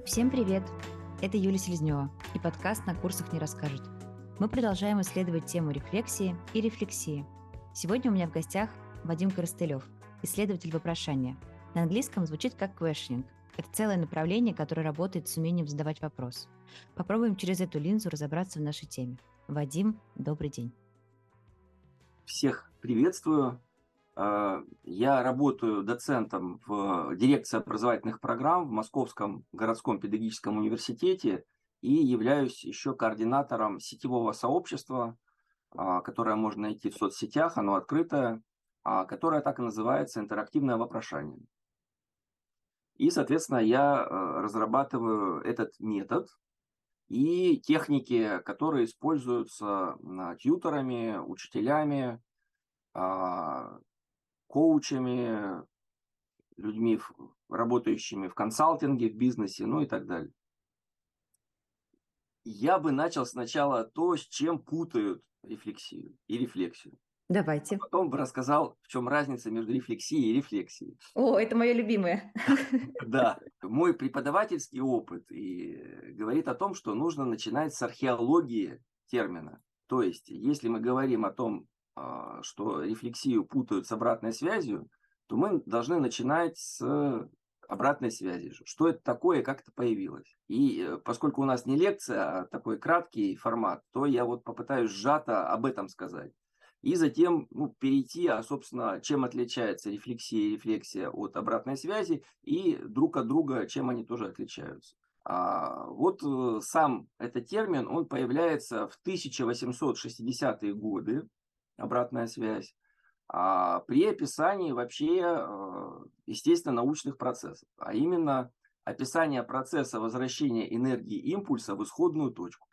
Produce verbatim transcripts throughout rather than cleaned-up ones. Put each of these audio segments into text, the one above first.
Всем привет! Это Юлия Селезнева и подкаст «На курсах не расскажут». Мы продолжаем исследовать тему рефлексии и рефлексии. Сегодня у меня в гостях Вадим Коростылев, исследователь вопрошания. На английском звучит как questioning. Это целое направление, которое работает с умением задавать вопрос. Попробуем через эту линзу разобраться в нашей теме. Вадим, добрый день. Всех приветствую. Я работаю доцентом в дирекции образовательных программ в Московском городском педагогическом университете и являюсь еще координатором сетевого сообщества, которое можно найти в соцсетях, оно открытое, которое так и называется «Интерактивное вопрошание». И, соответственно, я разрабатываю этот метод и техники, которые используются тьюторами, учителями, коучами, людьми, работающими в консалтинге, в бизнесе, ну и так далее. Я бы начал сначала то, с чем путают рефлексию и рефлексию. Давайте. А потом бы рассказал, в чем разница между рефлексией и рефлексией. О, это мое любимое. Да, мой преподавательский опыт и говорит о том, что нужно начинать с археологии термина. То есть, если мы говорим о том, что рефлексию путают с обратной связью, то мы должны начинать с обратной связи. Что это такое и как это появилось. И поскольку у нас не лекция, а такой краткий формат, то я вот попытаюсь сжато об этом сказать. И затем ну, перейти, а, собственно, чем отличается рефлексия и рефлексия от обратной связи, и друг от друга, чем они тоже отличаются. А вот сам этот термин, он появляется в тысяча восемьсот шестидесятые годы, обратная связь, а при описании вообще, естественно, научных процессов, а именно описание процесса возвращения энергии импульса в исходную точку.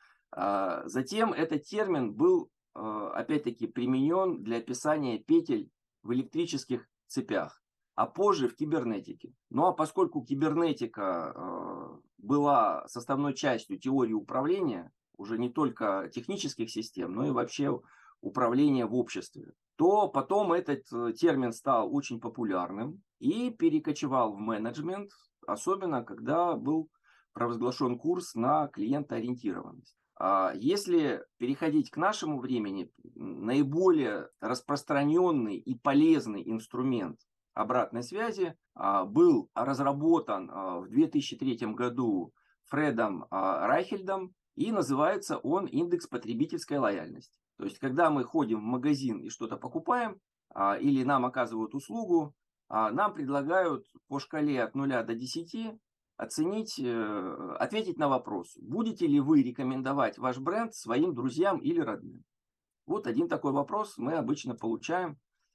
Затем этот термин был, опять-таки, применен для описания петель в электрических цепях, а позже в кибернетике. Ну а поскольку кибернетика была составной частью теории управления, уже не только технических систем, но и вообще управления в обществе, то потом этот термин стал очень популярным и перекочевал в менеджмент, особенно когда был провозглашен курс на клиентоориентированность. Если переходить к нашему времени, наиболее распространенный и полезный инструмент обратной связи был разработан в две тысячи третьем году Фредом Райхельдом, и называется он индекс потребительской лояльности. То есть, когда мы ходим в магазин и что-то покупаем, или нам оказывают услугу, нам предлагают по шкале от нуля до десяти оценить, ответить на вопрос, будете ли вы рекомендовать ваш бренд своим друзьям или родным. Вот один такой вопрос мы обычно получаем,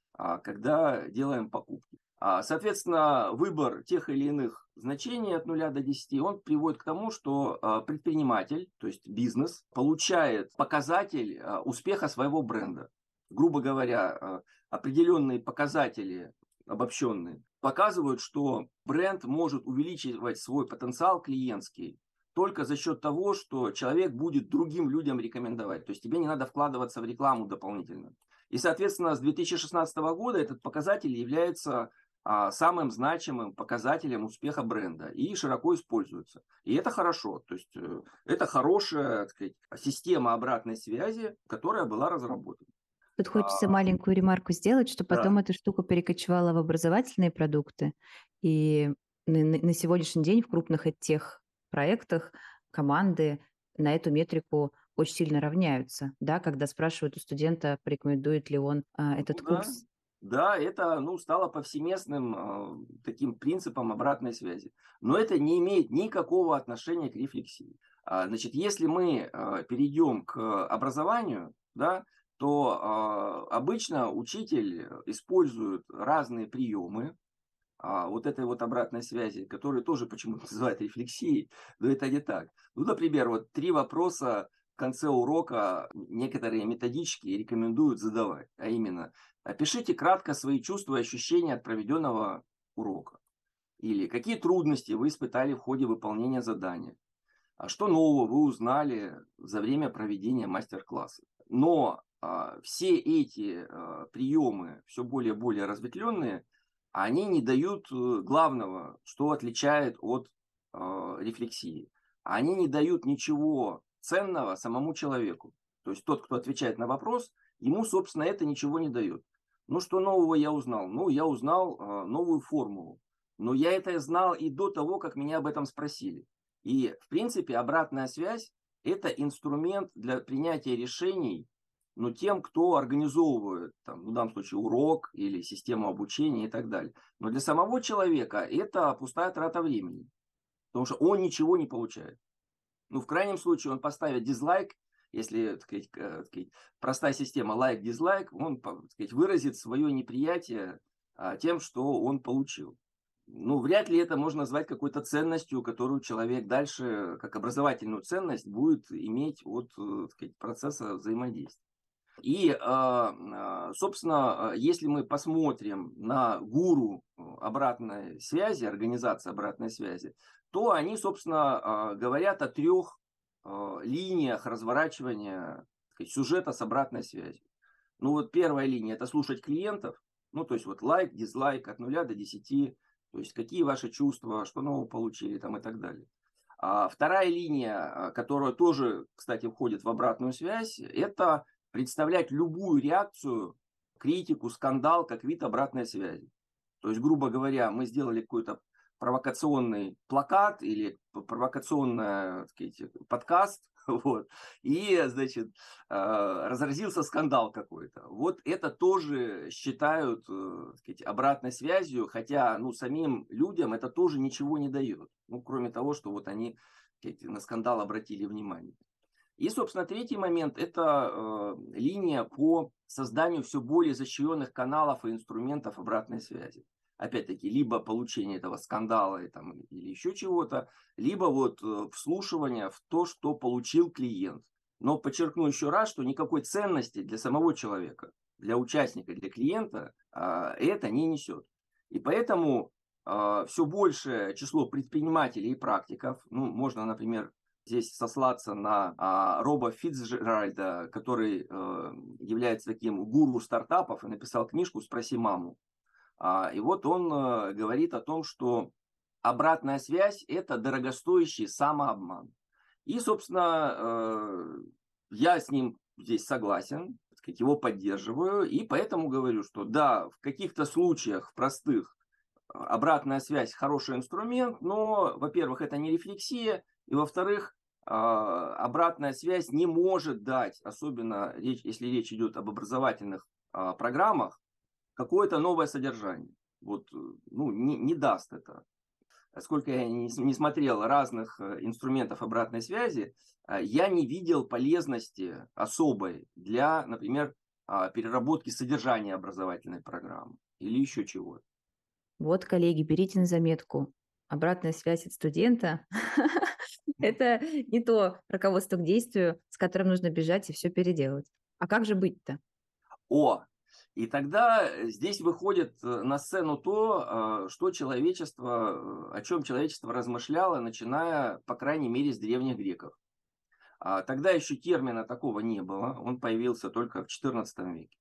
когда делаем покупки. Соответственно, выбор тех или иных значений от нуля до десяти, он приводит к тому, что предприниматель, то есть бизнес, получает показатель успеха своего бренда. Грубо говоря, определенные показатели обобщенные показывают, что бренд может увеличивать свой потенциал клиентский только за счет того, что человек будет другим людям рекомендовать. То есть тебе не надо вкладываться в рекламу дополнительно. И, соответственно, с две тысячи шестнадцатого года этот показатель является а, самым значимым показателем успеха бренда и широко используется. И это хорошо. То есть э, это хорошая, так сказать, система обратной связи, которая была разработана. Тут хочется маленькую ремарку сделать, что потом Да. эта штука перекочевала в образовательные продукты. И на, на сегодняшний день в крупных тех проектах команды на эту метрику очень сильно равняются, да, когда спрашивают у студента, порекомендует ли он а, этот Ну, да. курс. Да, это ну, стало повсеместным э, таким принципом обратной связи. Но это не имеет никакого отношения к рефлексии. А, значит, если мы э, перейдем к образованию, да, то э, обычно учитель использует разные приемы а, вот этой вот обратной связи, которые тоже почему-то называют рефлексией, но это не так. Ну, например, вот три вопроса в конце урока некоторые методички рекомендуют задавать, а именно, опишите кратко свои чувства и ощущения от проведенного урока. Или какие трудности вы испытали в ходе выполнения задания. А что нового вы узнали за время проведения мастер-класса. Но а, все эти а, приемы, все более и более разветвленные, они не дают главного, что отличает от э, рефлексии, они не дают ничего ценного самому человеку. То есть тот, кто отвечает на вопрос, ему, собственно, это ничего не дает. Ну, что нового я узнал? Ну, я узнал э, новую формулу. Но я это знал и до того, как меня об этом спросили. И, в принципе, обратная связь – это инструмент для принятия решений, ну, тем, кто организовывает, там, в данном случае, урок или систему обучения и так далее. Но для самого человека это пустая трата времени, потому что он ничего не получает. Ну, в крайнем случае, он поставит дизлайк, если, так сказать, так сказать, простая система лайк-дизлайк, он, так сказать, выразит свое неприятие а, тем, что он получил. Ну, вряд ли это можно назвать какой-то ценностью, которую человек дальше, как образовательную ценность, будет иметь от, так сказать, процесса взаимодействия. И, собственно, если мы посмотрим на гуру обратной связи, организации обратной связи, то они, собственно, говорят о трех линиях разворачивания, так сказать, сюжета с обратной связью. Ну вот первая линия – это слушать клиентов, ну то есть вот лайк, дизлайк от нуля до десяти, то есть какие ваши чувства, что нового получили там и так далее. А вторая линия, которая тоже, кстати, входит в обратную связь, это представлять любую реакцию, критику, скандал как вид обратной связи. То есть, грубо говоря, мы сделали какой-то провокационный плакат или провокационный, так сказать, подкаст, вот, и, значит, разразился скандал какой-то. Вот это тоже считают, так сказать, обратной связью, хотя, ну, самим людям это тоже ничего не дает. Ну, кроме того, что вот они, так сказать, на скандал обратили внимание. И, собственно, третий момент – это э, линия по созданию все более изощренных каналов и инструментов обратной связи. Опять-таки, либо получение этого скандала и, там, или еще чего-то, либо вот э, вслушивание в то, что получил клиент. Но подчеркну еще раз, что никакой ценности для самого человека, для участника, для клиента э, это не несет. И поэтому э, все большее число предпринимателей и практиков, ну, можно, например, здесь сослаться на а, Роба Фицджеральда, который а, является таким гуру стартапов и написал книжку «Спроси маму». А, и вот он а, говорит о том, что обратная связь – это дорогостоящий самообман. И, собственно, а, я с ним здесь согласен, так сказать, его поддерживаю, и поэтому говорю, что да, в каких-то случаях, в простых, обратная связь – хороший инструмент, но, во-первых, это не рефлексия, и, во-вторых, обратная связь не может дать, особенно если речь идет об образовательных программах, какое-то новое содержание. Вот, ну, не, не даст это. Сколько я не, не смотрел разных инструментов обратной связи, я не видел полезности особой для, например, переработки содержания образовательной программы или еще чего-то. Вот, коллеги, берите на заметку. Обратная связь от студента – это не то руководство к действию, с которым нужно бежать и все переделать. А как же быть-то? О, и тогда здесь выходит на сцену то, что человечество, о чем человечество размышляло, начиная, по крайней мере, с древних греков. Тогда еще термина такого не было, он появился только в четырнадцатом веке.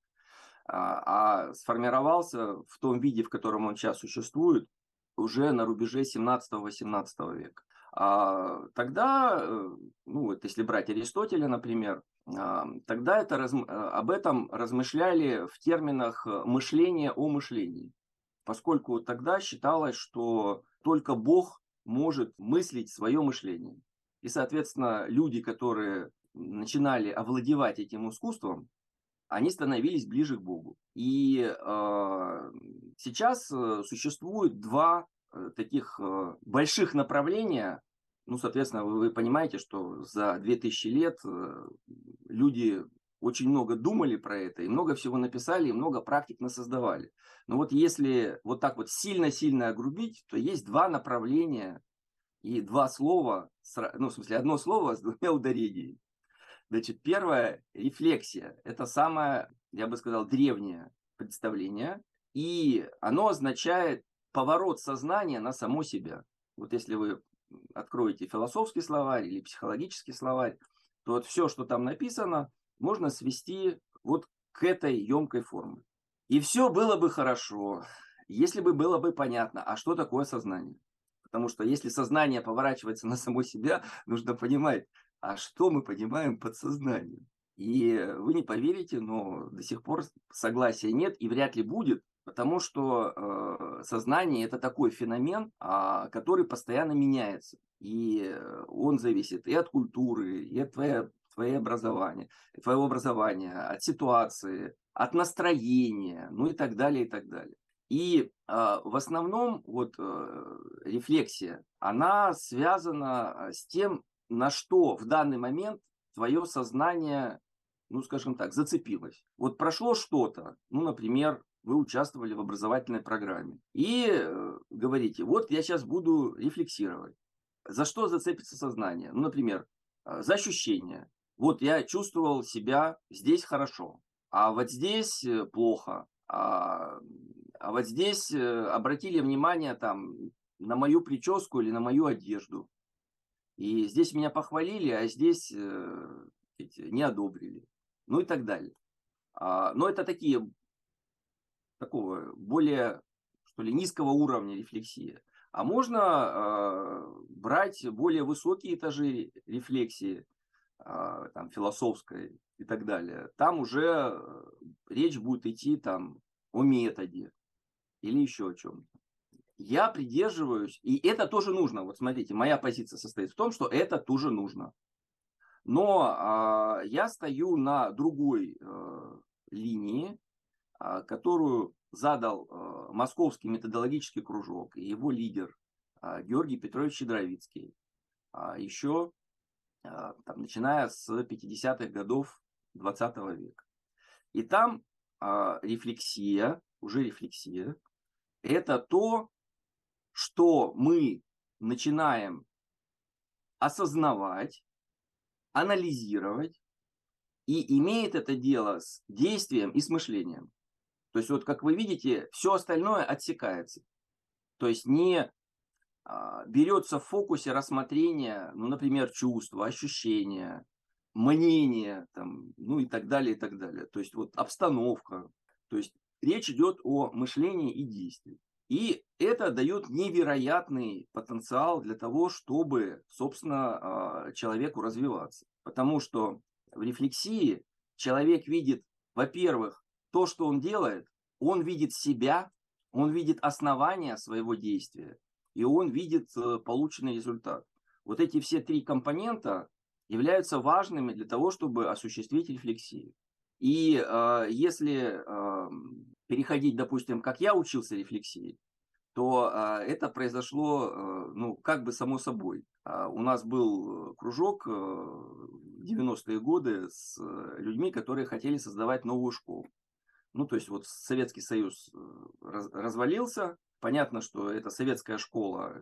А сформировался в том виде, в котором он сейчас существует, уже на рубеже семнадцатого-восемнадцатого века. А тогда, ну вот если брать Аристотеля, например, тогда это, об этом размышляли в терминах мышления о мышлении, поскольку тогда считалось, что только Бог может мыслить свое мышление. И, соответственно, люди, которые начинали овладевать этим искусством, они становились ближе к Богу. И э, сейчас существует два э, таких э, больших направления. Ну, соответственно, вы, вы понимаете, что за две тысячи лет э, люди очень много думали про это, и много всего написали, и много практик насоздавали. Но вот если вот так вот сильно-сильно огрубить, то есть два направления и два слова, ну, в смысле, одно слово с двумя ударениями. Значит, первое – рефлексия. Это самое, я бы сказал, древнее представление. И оно означает поворот сознания на само себя. Вот если вы откроете философский словарь или психологический словарь, то вот все, что там написано, можно свести вот к этой емкой форме. И все было бы хорошо, если бы было бы понятно, а что такое сознание. Потому что если сознание поворачивается на само себя, нужно понимать, а что мы понимаем под сознанием. И вы не поверите, но до сих пор согласия нет и вряд ли будет, потому что э, сознание – это такой феномен, а, который постоянно меняется. И он зависит и от культуры, и от твоего, твоего образования, твоего образования, от ситуации, от настроения, ну и так далее, и так далее. И э, в основном вот э, рефлексия, она связана с тем, на что в данный момент твое сознание, ну скажем так, зацепилось. Вот прошло что-то, ну, например, вы участвовали в образовательной программе и э, говорите, вот я сейчас буду рефлексировать. За что зацепится сознание? Ну, например, э, за ощущения. Вот я чувствовал себя здесь хорошо, а вот здесь э, плохо. А, а вот здесь э, обратили внимание там на мою прическу или на мою одежду. И здесь меня похвалили, а здесь э, не одобрили. Ну и так далее. А, но это такие, такого более, что ли, низкого уровня рефлексии. А можно э, брать более высокие этажи рефлексии, э, там, философской и так далее. Там уже речь будет идти там, о методе или еще о чем-то. Я придерживаюсь, и это тоже нужно. Вот смотрите, моя позиция состоит в том, что это тоже нужно. Но э, я стою на другой э, линии, э, которую задал э, Московский методологический кружок и его лидер э, Георгий Петрович Щедровицкий. А еще э, там, начиная с пятидесятых годов двадцатого века. И там э, рефлексия, уже рефлексия, это то, что мы начинаем осознавать, анализировать, и имеет это дело с действием и с мышлением. То есть, вот как вы видите, все остальное отсекается. То есть, не а, берется в фокусе рассмотрения, ну, например, чувства, ощущения, мнения, там, ну и так далее, и так далее. То есть, вот обстановка. То есть, речь идет о мышлении и действии. И это дает невероятный потенциал для того, чтобы, собственно, человеку развиваться. Потому что в рефлексии человек видит, во-первых, то, что он делает, он видит себя, он видит основания своего действия, и он видит полученный результат. Вот эти все три компонента являются важными для того, чтобы осуществить рефлексию. И э, если э, переходить, допустим, как я учился рефлексии, то э, это произошло, э, ну, как бы само собой. Э, у нас был кружок э, в девяностые годы с э, людьми, которые хотели создавать новую школу. Ну, то есть, вот Советский Союз раз, развалился. Понятно, что эта советская школа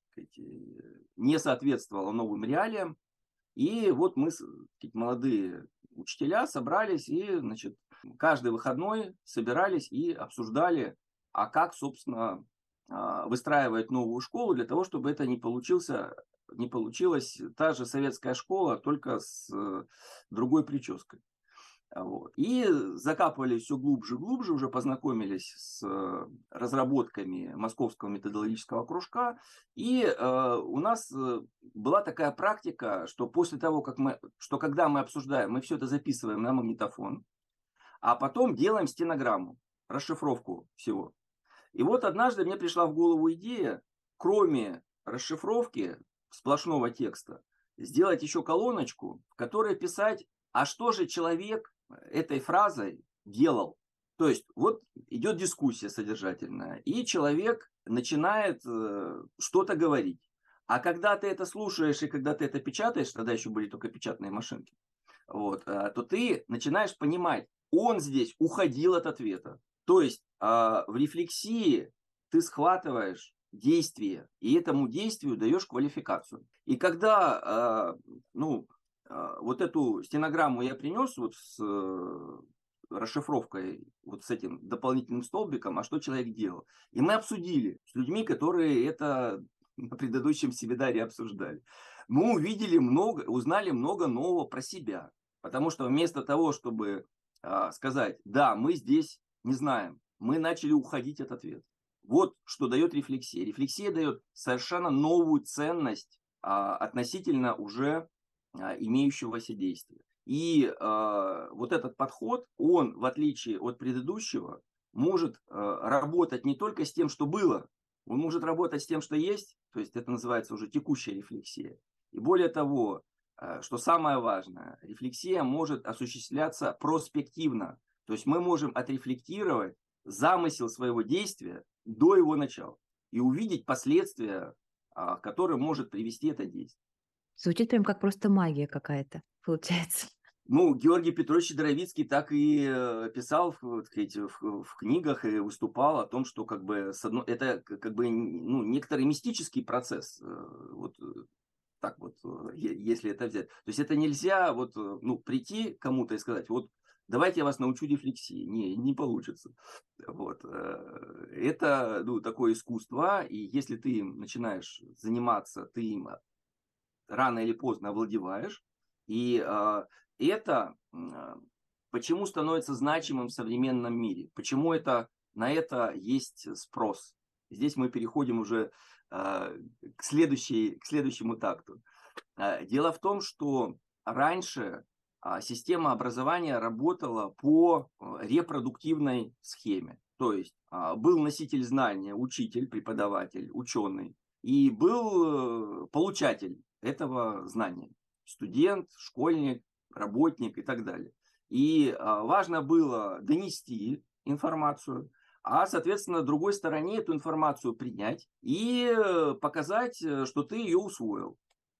не соответствовала новым реалиям. И вот мы, молодые учителя, собрались и, значит, каждый выходной собирались и обсуждали, а как, собственно, выстраивать новую школу для того, чтобы это не получился, не получилась та же советская школа, только с другой прической. Вот. И закапывались все глубже и глубже, уже познакомились с разработками Московского методологического кружка. И э, у нас была такая практика, что после того, как мы, что когда мы обсуждаем, мы все это записываем на магнитофон, а потом делаем стенограмму, расшифровку всего. И вот однажды мне пришла в голову идея, кроме расшифровки сплошного текста, сделать еще колоночку, в которой писать, а что же человек этой фразой делал. То есть вот идет дискуссия содержательная, и человек начинает э, что-то говорить. А когда ты это слушаешь и когда ты это печатаешь, тогда еще были только печатные машинки, вот, э, то ты начинаешь понимать, он здесь уходил от ответа. То есть э, в рефлексии ты схватываешь действие, и этому действию даешь квалификацию. И когда, э, ну, вот эту стенограмму я принес вот с э, расшифровкой, вот с этим дополнительным столбиком, а что человек делал. И мы обсудили с людьми, которые это на предыдущем семинаре обсуждали. Мы увидели много, узнали много нового про себя. Потому что вместо того, чтобы э, сказать, да, мы здесь не знаем, мы начали уходить от ответа. Вот что дает рефлексия. Рефлексия дает совершенно новую ценность а, относительно уже а, имеющегося действия. И а, вот этот подход, он, в отличие от предыдущего, может а, работать не только с тем, что было, он может работать с тем, что есть, то есть это называется уже текущая рефлексия. И более того, а, что самое важное, рефлексия может осуществляться проспективно. То есть мы можем отрефлектировать замысел своего действия до его начала и увидеть последствия, а, к которым может привести это действие. Звучит прям как просто магия какая-то, получается. Ну, Георгий Петрович Сидоровицкий так и э, писал в, так сказать, в, в книгах и выступал о том, что как бы с одно, это как бы ну, некоторый мистический процесс. э, Вот э, так вот, э, е- если это взять. То есть это нельзя вот, э, ну, прийти кому-то и сказать, вот давайте я вас научу рефлексии. Не, не получится. Вот. э, Это ну, такое искусство, и если ты им начинаешь заниматься, ты им рано или поздно овладеваешь. И э, это э, почему становится значимым в современном мире? Почему это, на это есть спрос? Здесь мы переходим уже э, к, следующей, к следующему такту. Э, дело в том, что раньше э, система образования работала по э, репродуктивной схеме. То есть э, был носитель знания, учитель, преподаватель, ученый, и был э, получатель этого знания. Студент, школьник, работник и так далее. И а, важно было донести информацию, а, соответственно, другой стороне эту информацию принять и э, показать, э, что ты ее усвоил.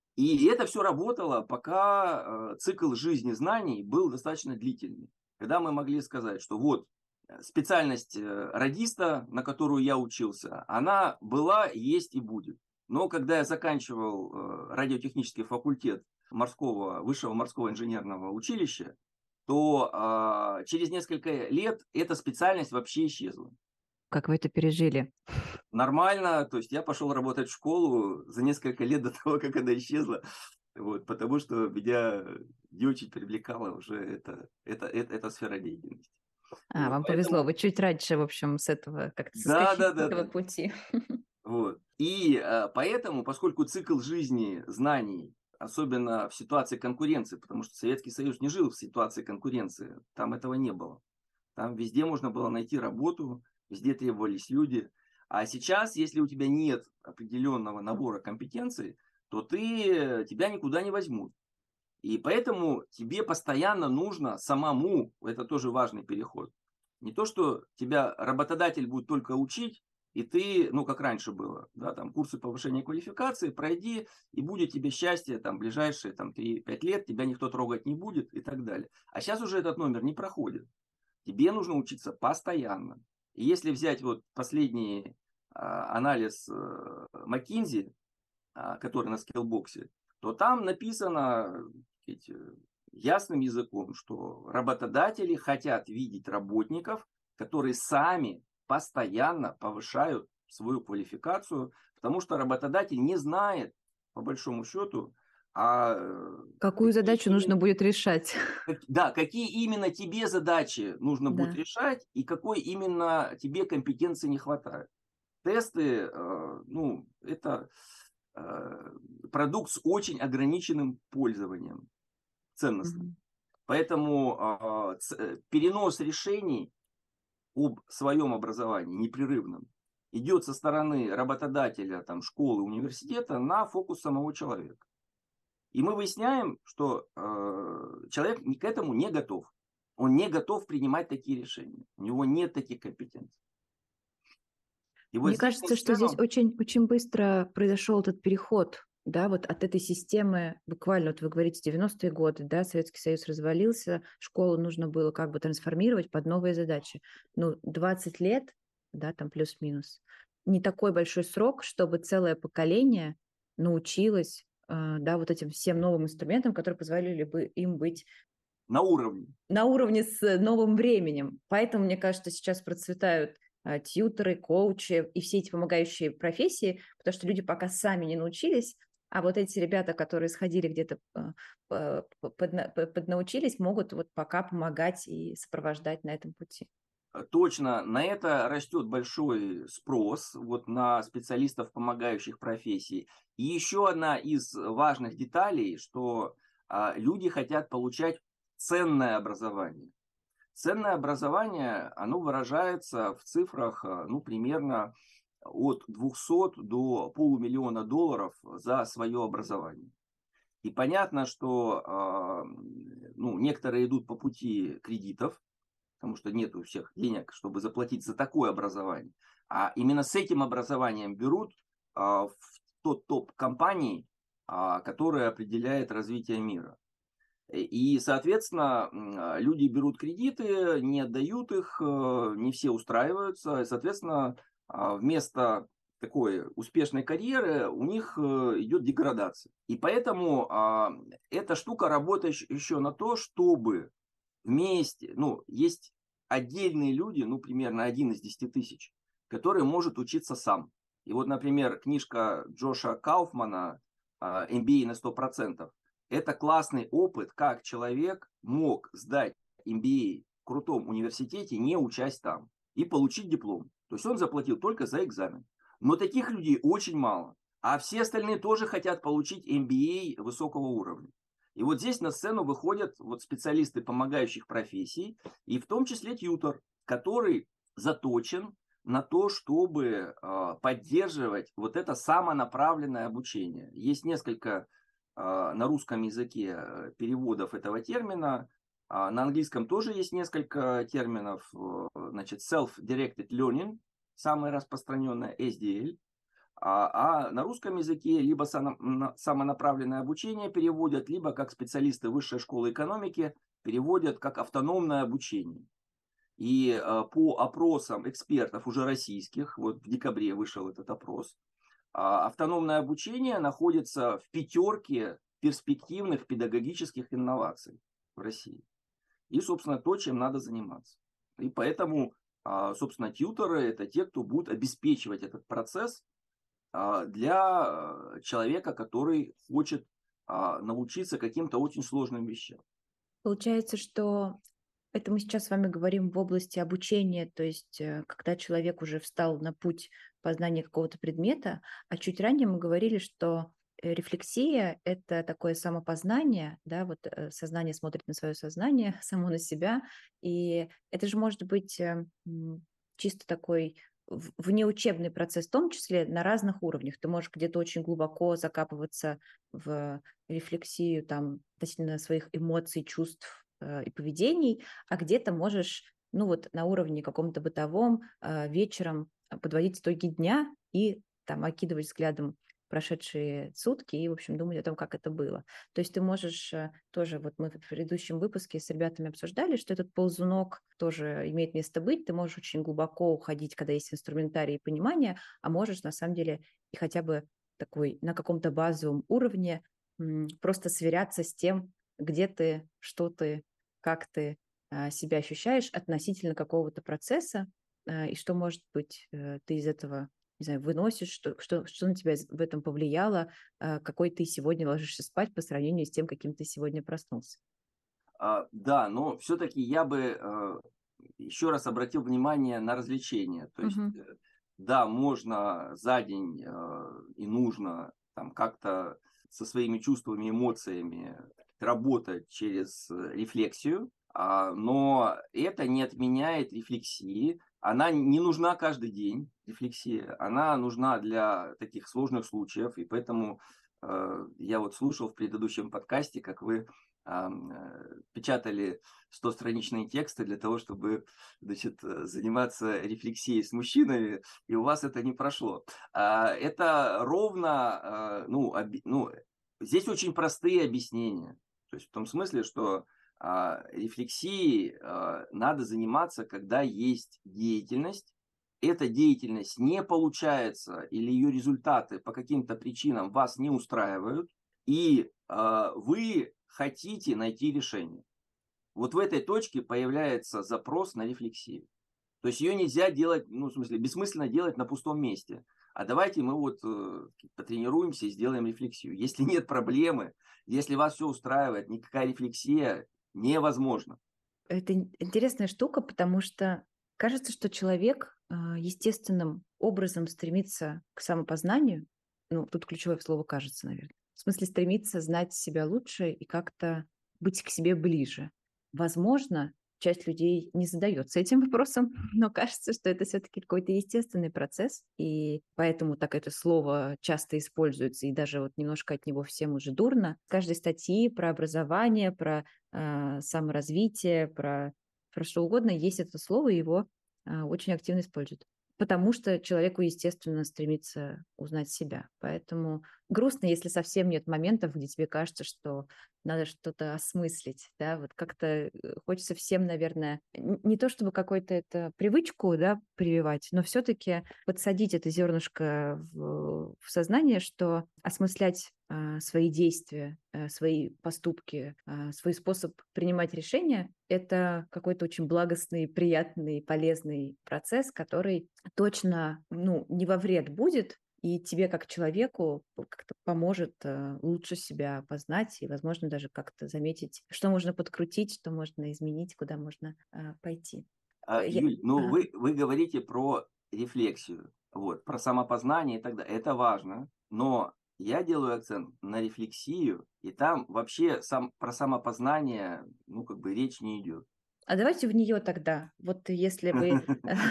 И это все работало, пока э, цикл жизни знаний был достаточно длительный. Когда мы могли сказать, что вот э, специальность э, радиста, на которую я учился, она была, есть и будет. Но когда я заканчивал э, радиотехнический факультет морского, высшего морского инженерного училища, то а, через несколько лет эта специальность вообще исчезла. Как вы это пережили? Нормально, то есть я пошел работать в школу за несколько лет до того, как она исчезла, вот, потому что меня не очень привлекала уже эта, эта, эта, эта сфера деятельности. А, Вот, вам повезло, поэтому, вы чуть раньше, в общем, с этого как-то да, соскочили да, с да, этого да. пути. Вот. И а, поэтому, поскольку цикл жизни знаний, особенно в ситуации конкуренции, потому что Советский Союз не жил в ситуации конкуренции, там этого не было. Там везде можно было найти работу, везде требовались люди. А сейчас, если у тебя нет определенного набора компетенций, то ты, тебя никуда не возьмут. И поэтому тебе постоянно нужно самому, это тоже важный переход. Не то, что тебя работодатель будет только учить, и ты, ну, как раньше было, да, там, курсы повышения квалификации, пройди, и будет тебе счастье, там, ближайшие, там, три-пять лет, тебя никто трогать не будет, и так далее. А сейчас уже этот номер не проходит. Тебе нужно учиться постоянно. И если взять вот последний а, анализ а, McKinsey, а, который на скиллбоксе, то там написано сказать, ясным языком, что работодатели хотят видеть работников, которые сами постоянно повышают свою квалификацию, потому что работодатель не знает, по большому счету, а Какую какие задачу нужно именно, будет решать? как- да, какие именно тебе задачи нужно будет Да. решать и какой именно тебе компетенции не хватает. Тесты, э, ну, это э, продукт с очень ограниченным пользованием, ценностным. Мгм. Поэтому а, ц- э, перенос решений об своем образовании непрерывном идет со стороны работодателя, там, школы, университета на фокус самого человека. И мы выясняем, что э, человек к этому не готов. Он не готов принимать такие решения. У него нет таких компетенций. И вот Мне здесь на кажется, что здесь сцену... очень, очень быстро произошел этот переход, да, вот от этой системы, буквально, вот вы говорите, девяностые годы, да, Советский Союз развалился, школу нужно было как бы трансформировать под новые задачи. Ну, двадцать лет, да, там плюс-минус, не такой большой срок, чтобы целое поколение научилось, э, да, вот этим всем новым инструментам, которые позволили бы им быть на уровне. на уровне с новым временем. Поэтому, мне кажется, сейчас процветают а, тьюторы, коучи и все эти помогающие профессии, потому что люди пока сами не научились, а вот эти ребята, которые сходили где-то, а, по- по- подна- по- поднаучились, могут вот пока помогать и сопровождать на этом пути. Точно, на это растет большой спрос, вот на специалистов помогающих профессий. И еще одна из важных деталей, что а, люди хотят получать ценное образование. Ценное образование, оно выражается в цифрах, а, ну, примерно от двухсот до полумиллиона долларов за свое образование. И понятно, что а, ну, некоторые идут по пути кредитов, потому что нет у всех денег, чтобы заплатить за такое образование. А именно с этим образованием берут а, в тот топ компаний, а, который определяет развитие мира. И, соответственно, м, люди берут кредиты, не отдают их, э, не все устраиваются. И, соответственно, а, вместо такой успешной карьеры у них э, идет деградация. И поэтому а, эта штука работает еще на то, чтобы вместе, ну, есть отдельные люди, ну, примерно один из десяти тысяч, который может учиться сам. И вот, например, книжка Джоша Кауфмана а, эм би эй на сто процентов. Это классный опыт, как человек мог сдать эм би эй в крутом университете, не учась там, и получить диплом. То есть он заплатил только за экзамен. Но таких людей очень мало. А все остальные тоже хотят получить эм би эй высокого уровня. И вот здесь на сцену выходят вот специалисты помогающих профессий, и в том числе тьютор, который заточен на то, чтобы э, поддерживать вот это самонаправленное обучение. Есть несколько э, на русском языке переводов этого термина, а на английском тоже есть несколько терминов, э, значит, self-directed learning, самое распространенное, эс ди эль, а, а на русском языке либо самонаправленное обучение переводят, либо как специалисты высшей школы экономики переводят как автономное обучение. И а, по опросам экспертов уже российских, вот в декабре вышел этот опрос, а, автономное обучение находится в пятерке перспективных педагогических инноваций в России. И, собственно, то, чем надо заниматься. И поэтому, а, собственно, тьюторы – это те, кто будут обеспечивать этот процесс для человека, который хочет научиться каким-то очень сложным вещам. Получается, что это мы сейчас с вами говорим в области обучения, то есть э, когда человек уже встал на путь познания какого-то предмета, а чуть ранее мы говорили, что э, рефлексия– это такое самопознание, да, вот э, сознание смотрит на свое сознание, само на себя, и это же может быть э, м, чисто такой в- внеучебный процесс, в том числе на разных уровнях. Ты можешь где-то очень глубоко закапываться в рефлексию там, относительно своих эмоций, чувств э, и поведений, а где-то можешь, ну вот на уровне каком-то бытовом э, вечером подводить итоги дня и там окидывать взглядом прошедшие сутки и, в общем, думать о том, как это было. То есть ты можешь э, тоже, вот мы в предыдущем выпуске с ребятами обсуждали, что этот ползунок тоже имеет место быть, ты можешь очень глубоко уходить, когда есть инструментарий и понимание, а можешь на самом деле и хотя бы такой на каком-то базовом уровне м, просто сверяться с тем, где ты, что ты, как ты а, себя ощущаешь относительно какого-то процесса, а, и что, может быть, э, ты из этого, не знаю, выносишь, что, что, что на тебя из- в этом повлияло, а, какой ты сегодня ложишься спать по сравнению с тем, каким ты сегодня проснулся. А, да, но все-таки я бы э, еще раз обратил внимание на развлечения. То есть, Мгм. э, да, можно за день э, и нужно там как-то со своими чувствами, эмоциями работать через э, рефлексию, а, но это не отменяет рефлексии. Она не нужна каждый день, рефлексия. Она нужна для таких сложных случаев. И поэтому э, я вот слушал в предыдущем подкасте, как вы а, э, печатали стостраничные тексты для того, чтобы, значит, э, заниматься рефлексией с мужчинами, и у вас это не прошло. А, Это ровно, а, ну, оби- ну, здесь очень простые объяснения. То есть в том смысле, что а, рефлексией а, надо заниматься, когда есть деятельность. Эта деятельность не получается или ее результаты по каким-то причинам вас не устраивают, и а, вы хотите найти решение. Вот в этой точке появляется запрос на рефлексию. То есть ее нельзя делать, ну, в смысле, бессмысленно делать на пустом месте. А давайте мы вот э, потренируемся и сделаем рефлексию. Если нет проблемы, если вас все устраивает, никакая рефлексия невозможна. Это ин- интересная штука, потому что Кажется, что человек а, естественным образом стремится к самопознанию. Ну, тут ключевое слово «кажется», наверное. В смысле, стремится знать себя лучше и как-то быть к себе ближе. Возможно, часть людей не задается этим вопросом, но кажется, что это все-таки какой-то естественный процесс, и поэтому так это слово часто используется, и даже вот немножко от него всем уже дурно. В каждой статьи про образование, про а, саморазвитие, про, про что угодно есть это слово, и его а, очень активно используют. Потому что человеку, естественно, стремится узнать себя. Поэтому грустно, если совсем нет моментов, где тебе кажется, что надо что-то осмыслить, да, вот как-то э, хочется всем, наверное, н- не то чтобы какую-то это привычку, да, прививать, но все-таки подсадить это зернышко в, в сознание, что осмыслять а, свои действия, а, свои поступки, а, свой способ принимать решения — это какой-то очень благостный, приятный, полезный процесс, который точно, ну, не во вред будет, и тебе как человеку как-то поможет э, лучше себя познать и, возможно, даже как-то заметить, что можно подкрутить, что можно изменить, куда можно э, пойти. А, Э, я- Юль, ну Ага. вы, вы говорите про рефлексию, вот, про самопознание и так далее. Это важно, но я делаю акцент на рефлексию, и там вообще сам, про самопознание, ну, как бы речь не идет. А давайте в нее тогда, вот если вы,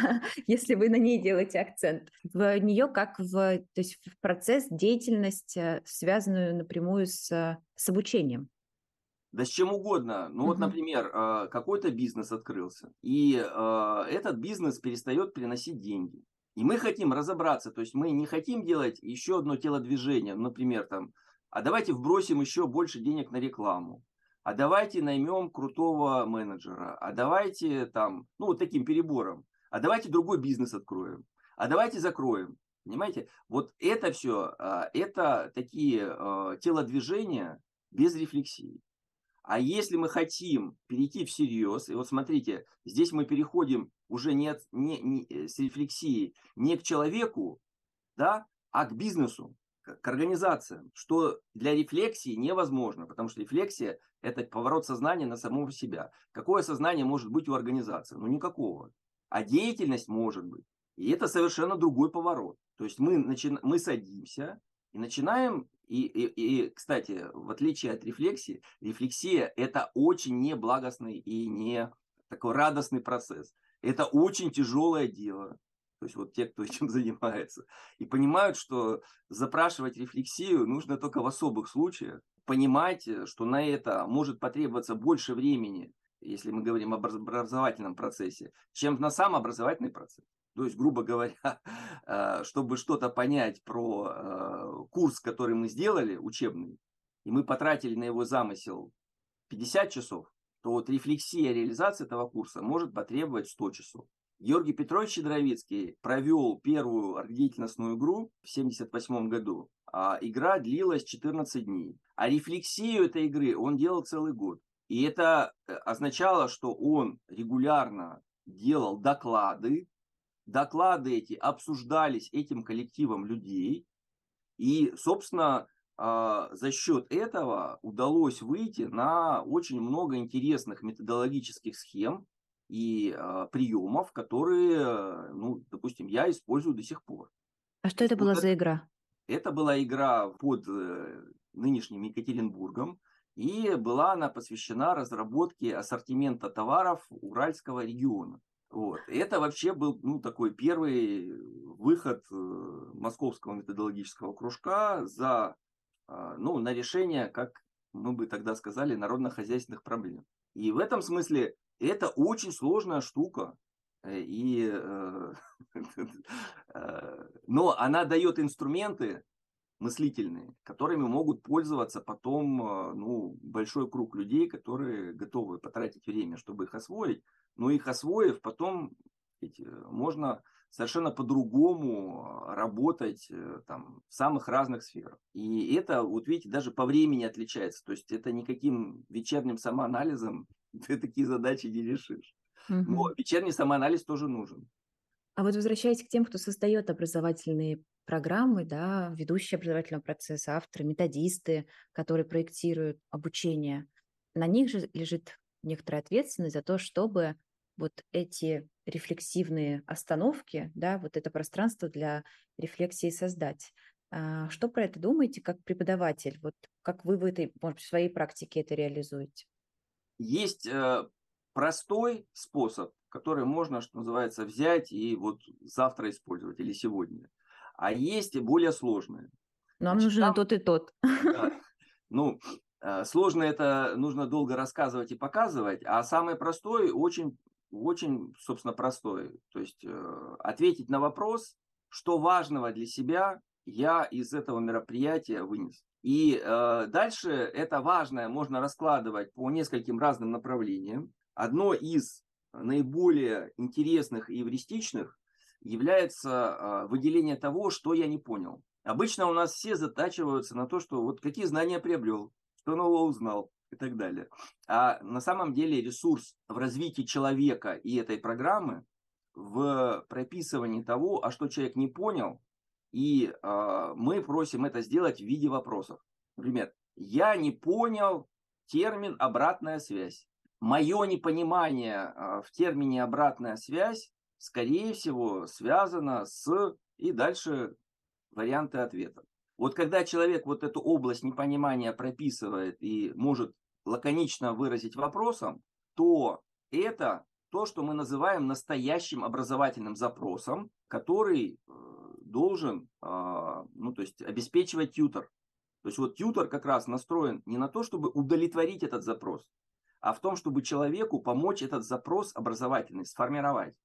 если вы на ней делаете акцент, в нее как в, то есть в процесс, деятельность, э, связанную напрямую с, с обучением. Да с чем угодно. Ну вот, Мгм. например, а, какой-то бизнес открылся, и а, этот бизнес перестает приносить деньги. И мы хотим разобраться, то есть мы не хотим делать еще одно телодвижение, например, там, а давайте вбросим еще больше денег на рекламу, а давайте наймем крутого менеджера, а давайте там, ну вот таким перебором, а давайте другой бизнес откроем, а давайте закроем. Понимаете? Вот это все, это такие а, телодвижения без рефлексии. А если мы хотим перейти всерьез, и вот смотрите, здесь мы переходим уже не, от, не, не э, с рефлексии не к человеку, да, а к бизнесу, к, к организациям, что для рефлексии невозможно, потому что рефлексия — это поворот сознания на самого себя. Какое сознание может быть у организации? Ну, никакого. А деятельность может быть. И это совершенно другой поворот. То есть мы, начи... мы садимся и начинаем, и, и, и, кстати, в отличие от рефлексии, рефлексия — это очень неблагостный и не такой радостный процесс. Это очень тяжелое дело. То есть вот те, кто этим занимается, и понимают, что запрашивать рефлексию нужно только в особых случаях, понимать, э, что на это может потребоваться больше времени, если мы говорим об образовательном процессе, чем на сам образовательный процесс. То есть, грубо говоря, э, чтобы что-то понять про э, курс, который мы сделали, учебный, и мы потратили на его замысел пятьдесят часов, то вот рефлексия реализации этого курса может потребовать сто часов. Георгий Петрович Щедровицкий провел первую аргдеятельностную игру в семьдесят восьмом году, а игра длилась четырнадцать дней. А рефлексию этой игры он делал целый год. И это означало, что он регулярно делал доклады, доклады эти обсуждались этим коллективом людей, и, собственно, а, за счет этого удалось выйти на очень много интересных методологических схем и а, приемов, которые, ну, допустим, я использую до сих пор. А То что есть это вот была это, за игра? это была игра под э, нынешним Екатеринбургом, и была она посвящена разработке ассортимента товаров Уральского региона. Вот. И это вообще был, ну, такой первый выход э, Московского методологического кружка за, а, ну, на решение, как мы бы тогда сказали, народно-хозяйственных проблем. И в этом смысле это очень сложная штука. Э, И, э, э, но она дает инструменты мыслительные, которыми могут пользоваться потом э, ну, большой круг людей, которые готовы потратить время, чтобы их освоить. Но их освоив, потом ведь, э, можно совершенно по-другому работать э, там, в самых разных сферах. И это, вот видите, даже по времени отличается. То есть это никаким вечерним самоанализом ты такие задачи не решишь. Но Мгм. вечерний самоанализ тоже нужен. А вот возвращаясь к тем, кто создает образовательные программы, да, ведущие образовательного процесса, авторы, методисты, которые проектируют обучение, на них же лежит некоторая ответственность за то, чтобы вот эти рефлексивные остановки, да, вот это пространство для рефлексии создать. А, Что про это думаете как преподаватель? Вот как вы в этой, может быть, в своей практике это реализуете? Есть э, простой способ, который можно, что называется, взять и вот завтра использовать или сегодня. А есть и более сложные. Нам Значит, нужен и там, тот, и тот. да, ну, э, сложно это нужно долго рассказывать и показывать, а самый простой очень, очень, собственно, простой. То есть э, ответить на вопрос, что важного для себя я из этого мероприятия вынес. И э, дальше это важное можно раскладывать по нескольким разным направлениям. Одно из наиболее интересных и эвристичных является э, выделение того, что я не понял. Обычно у нас все затачиваются на то, что вот какие знания приобрел, что нового узнал и так далее. А на самом деле ресурс в развитии человека и этой программы в прописывании того, а что человек не понял, и э, мы просим это сделать в виде вопросов. Например, я не понял термин обратная связь. Мое непонимание э, в термине обратная связь, скорее всего, связано с и дальше варианты ответов. Вот когда человек вот эту область непонимания прописывает и может лаконично выразить вопросом, то это то, что мы называем настоящим образовательным запросом, который э, должен э, ну, то есть обеспечивать тьютор. То есть вот тьютор как раз настроен не на то, чтобы удовлетворить этот запрос, а в том, чтобы человеку помочь этот запрос образовательный сформировать.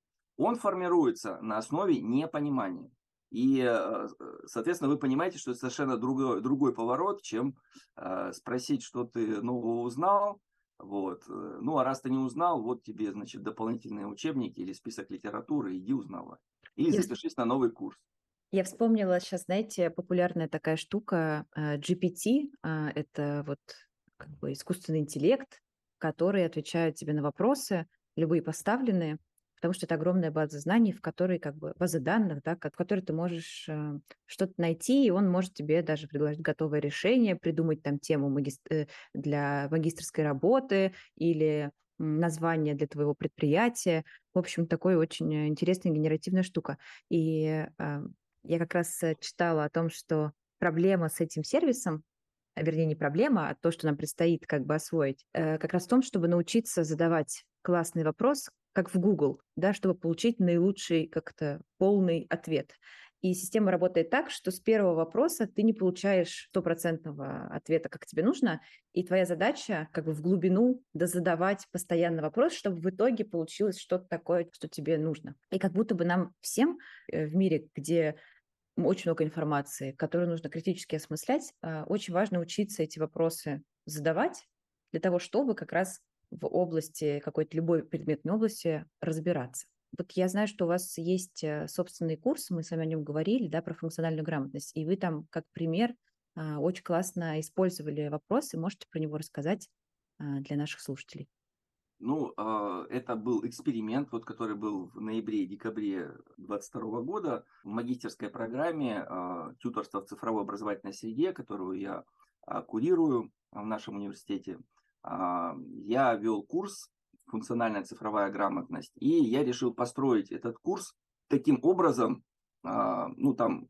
Он формируется на основе непонимания. И, соответственно, вы понимаете, что это совершенно другой, другой поворот, чем э, спросить, что ты нового узнал. Вот. Ну, а раз ты не узнал, вот тебе, значит, дополнительные учебники или список литературы, иди узнавай. Или Я, запишись на новый курс. я вспомнила сейчас, знаете, популярная такая штука э, джи пи ти. а, Это вот как бы искусственный интеллект, который отвечает тебе на вопросы, любые поставленные, потому что это огромная база знаний, в которой как бы база данных, да, ко- в которой ты можешь э, что-то найти, и он может тебе даже предложить готовое решение, придумать там тему магис- э, для магистерской работы или м, название для твоего предприятия. В общем, такой очень э, интересная генеративная штука. И э, я как раз э, читала о том, что проблема с этим сервисом, а, вернее, не проблема, а то, что нам предстоит как бы освоить, э, как раз в том, чтобы научиться задавать классный вопрос, как в Google, да, чтобы получить наилучший как-то полный ответ. И система работает так, что с первого вопроса ты не получаешь стопроцентного ответа, как тебе нужно, и твоя задача как бы в глубину дозадавать постоянно вопрос, чтобы в итоге получилось что-то такое, что тебе нужно. И как будто бы нам всем э, в мире, где очень много информации, которую нужно критически осмыслять, а, очень важно учиться эти вопросы задавать для того, чтобы как раз в области, какой-то любой предметной области разбираться. Вот я знаю, что у вас есть э, собственный курс, мы с вами о нем говорили, да, про функциональную грамотность, и вы там как пример а, очень классно использовали вопросы, можете про него рассказать а, для наших слушателей. Ну, а, это был эксперимент, вот, который был в ноябре и декабре двадцать второго года в магистерской программе а, тьюторства в цифровой образовательной среде, которую я а, курирую в нашем университете. А, Я вел курс «Функциональная цифровая грамотность», и я решил построить этот курс таким образом, а, ну, там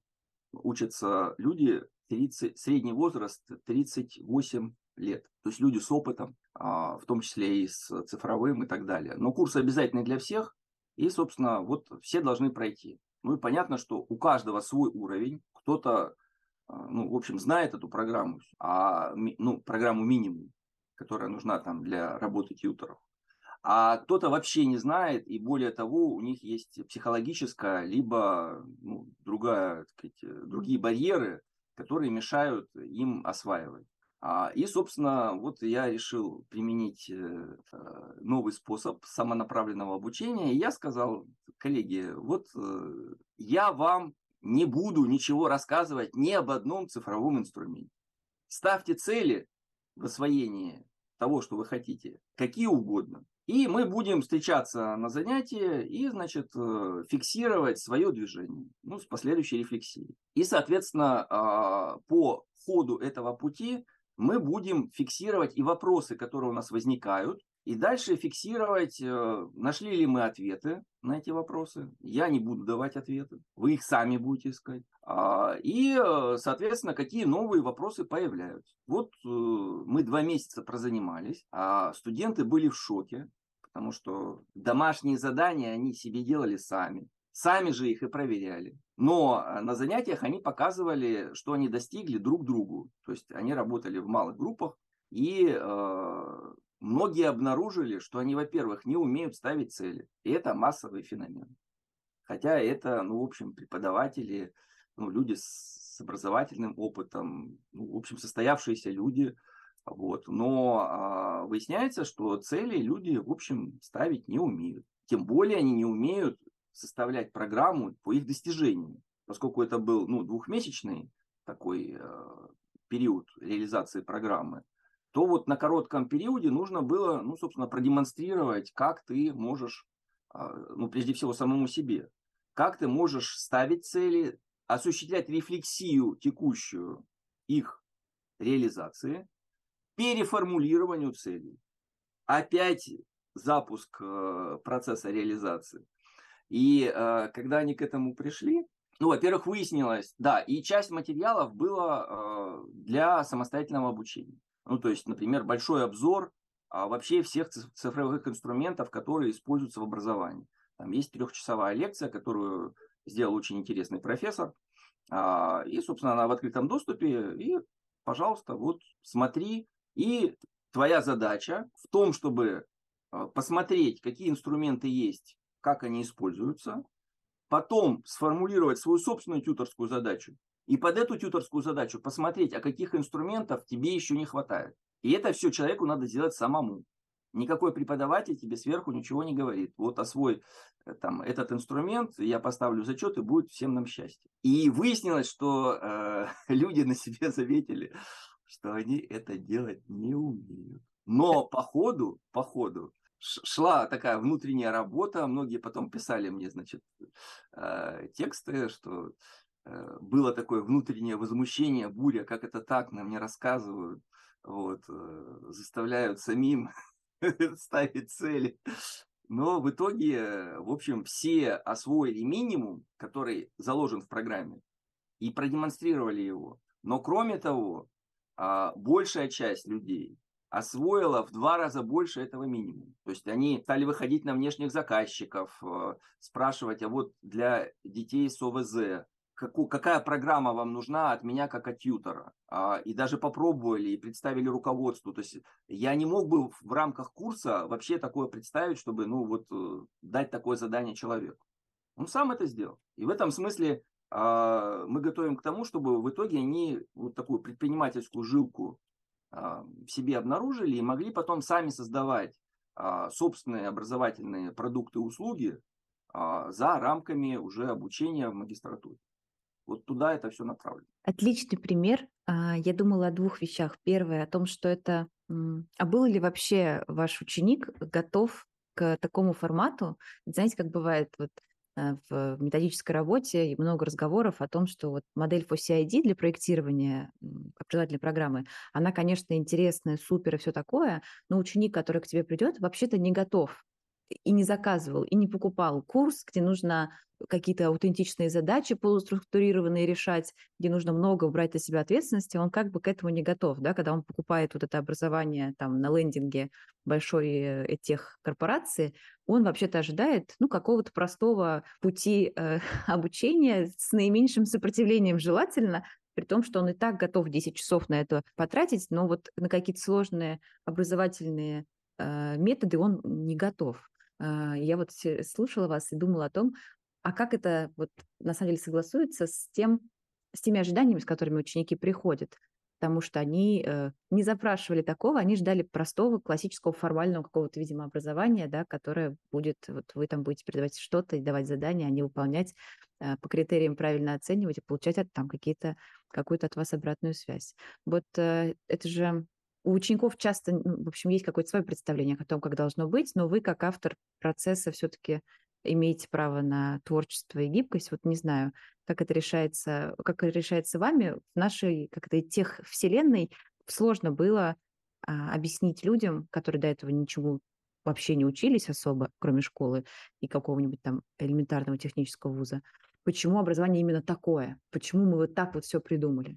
учатся люди, тридцать, средний возраст тридцать восемь лет. То есть люди с опытом, а, в том числе и с цифровым и так далее. Но курс обязательный для всех, и, собственно, вот все должны пройти. Ну и понятно, что у каждого свой уровень. Кто-то, а, ну, в общем, знает эту программу, а, ну, программу минимум, которая нужна там для работы тьюторов. А кто-то вообще не знает, и более того, у них есть психологическая, либо ну, другая, так сказать, другие барьеры, которые мешают им осваивать. А, И, собственно, вот я решил применить э, э, новый способ самонаправленного обучения. И я сказал, коллеги, вот э, я вам не буду ничего рассказывать ни об одном цифровом инструменте. Ставьте цели в освоении того, что вы хотите, какие угодно. И мы будем встречаться на занятии и, значит, э, фиксировать свое движение, ну, с последующей рефлексией. И, соответственно, а, по ходу этого пути мы будем фиксировать и вопросы, которые у нас возникают, И дальше фиксировать, нашли ли мы ответы на эти вопросы. Я не буду давать ответы, вы их сами будете искать. И, соответственно, какие новые вопросы появляются. Вот мы два месяца прозанимались, а студенты были в шоке, потому что домашние задания они себе делали сами. Сами же их и проверяли. Но на занятиях они показывали, что они достигли друг другу. То есть они работали в малых группах, и э, многие обнаружили, что они, во-первых, не умеют ставить цели. И это массовый феномен. Хотя это, ну, в общем, преподаватели, ну, люди с образовательным опытом, ну, в общем, состоявшиеся люди. Вот. Но э, выясняется, что цели люди, в общем, ставить не умеют. Тем более они не умеют составлять программу по их достижениям. Поскольку это был, ну, двухмесячный такой э, период реализации программы, то вот на коротком периоде нужно было, ну, собственно, продемонстрировать, как ты можешь, э, ну, прежде всего, самому себе, как ты можешь ставить цели, осуществлять рефлексию текущую их реализации, переформулированию целей, опять запуск э, процесса реализации. И э, когда они к этому пришли, ну, во-первых, выяснилось, да, и часть материалов была э, для самостоятельного обучения. Ну, то есть, например, большой обзор а, вообще всех цифровых инструментов, которые используются в образовании. Там есть трехчасовая лекция, которую сделал очень интересный профессор. А, и, собственно, она в открытом доступе. И, пожалуйста, вот смотри. И твоя задача в том, чтобы э, посмотреть, какие инструменты есть, как они используются, потом сформулировать свою собственную тьюторскую задачу и под эту тьюторскую задачу посмотреть, а каких инструментов тебе еще не хватает. И это все человеку надо сделать самому. Никакой преподаватель тебе сверху ничего не говорит. Вот освой там, этот инструмент, я поставлю зачет, и будет всем нам счастье. И выяснилось, что э, люди на себе заметили, что они это делать не умеют. Но по ходу, по ходу, шла такая внутренняя работа, многие потом писали мне, значит, тексты, что было такое внутреннее возмущение, буря, как это так, нам не рассказывают, вот, заставляют самим ставить цели. Но в итоге, в общем, все освоили минимум, который заложен в программе, и продемонстрировали его. Но кроме того, большая часть людей освоила в два раза больше этого минимума. То есть они стали выходить на внешних заказчиков, спрашивать, а вот для детей с о вэ зэ, какая программа вам нужна от меня как от тьютора. И даже попробовали и представили руководству. То есть я не мог бы в рамках курса вообще такое представить, чтобы, ну, вот, дать такое задание человеку. Он сам это сделал. И в этом смысле мы готовим к тому, чтобы в итоге они вот такую предпринимательскую жилку в себе обнаружили и могли потом сами создавать собственные образовательные продукты и услуги за рамками уже обучения в магистратуре. Вот туда это все направлено. Отличный пример. Я думала о двух вещах. Первое, о том, что это... А был ли вообще ваш ученик готов к такому формату? Знаете, как бывает вот в методической работе много разговоров о том, что вот модель эф о си ай ди для проектирования образовательной программы, она, конечно, интересная, супер и все такое, но ученик, который к тебе придет, вообще-то не готов и не заказывал, и не покупал курс, где нужно какие-то аутентичные задачи полуструктурированные решать, где нужно много брать на себя ответственности, он как бы к этому не готов, да, когда он покупает вот это образование там на лендинге большой тех корпорации, он вообще-то ожидает, ну, какого-то простого пути э, обучения с наименьшим сопротивлением желательно, при том, что он и так готов десять часов на это потратить, но вот на какие-то сложные образовательные э, методы он не готов. Э, я вот слушала вас и думала о том, а как это вот на самом деле согласуется с тем, с теми ожиданиями, с которыми ученики приходят? Потому что они э, не запрашивали такого, они ждали простого, классического, формального какого-то, видимо, образования, да, которое будет, вот вы там будете передавать что-то и давать задания, а не выполнять э, по критериям правильно оценивать и получать от, там какие-то, какую-то от вас обратную связь. Вот э, это же у учеников часто, ну, в общем, есть какое-то свое представление о том, как должно быть, но вы, как автор процесса, все-таки имеете право на творчество и гибкость. Вот не знаю, как это решается, как это решается вами. В нашей как-то тех вселенной сложно было а, объяснить людям, которые до этого ничему вообще не учились особо, кроме школы и какого-нибудь там элементарного технического вуза. Почему образование именно такое? Почему мы вот так вот все придумали?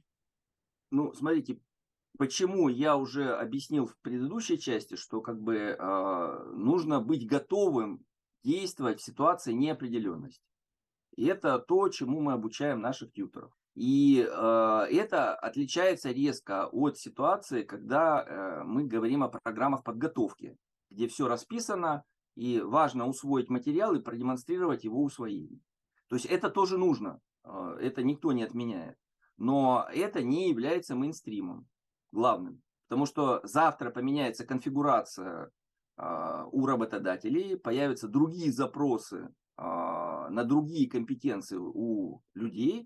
Ну, смотрите, почему я уже объяснил в предыдущей части, что как бы э, нужно быть готовым действовать в ситуации неопределенности. И это то, чему мы обучаем наших тьюторов. И э, это отличается резко от ситуации, когда э, мы говорим о программах подготовки, где все расписано, и важно усвоить материал и продемонстрировать его усвоение. То есть это тоже нужно, э, это никто не отменяет. Но это не является мейнстримом главным. Потому что завтра поменяется конфигурация э, у работодателей, появятся другие запросы э, на другие компетенции у людей,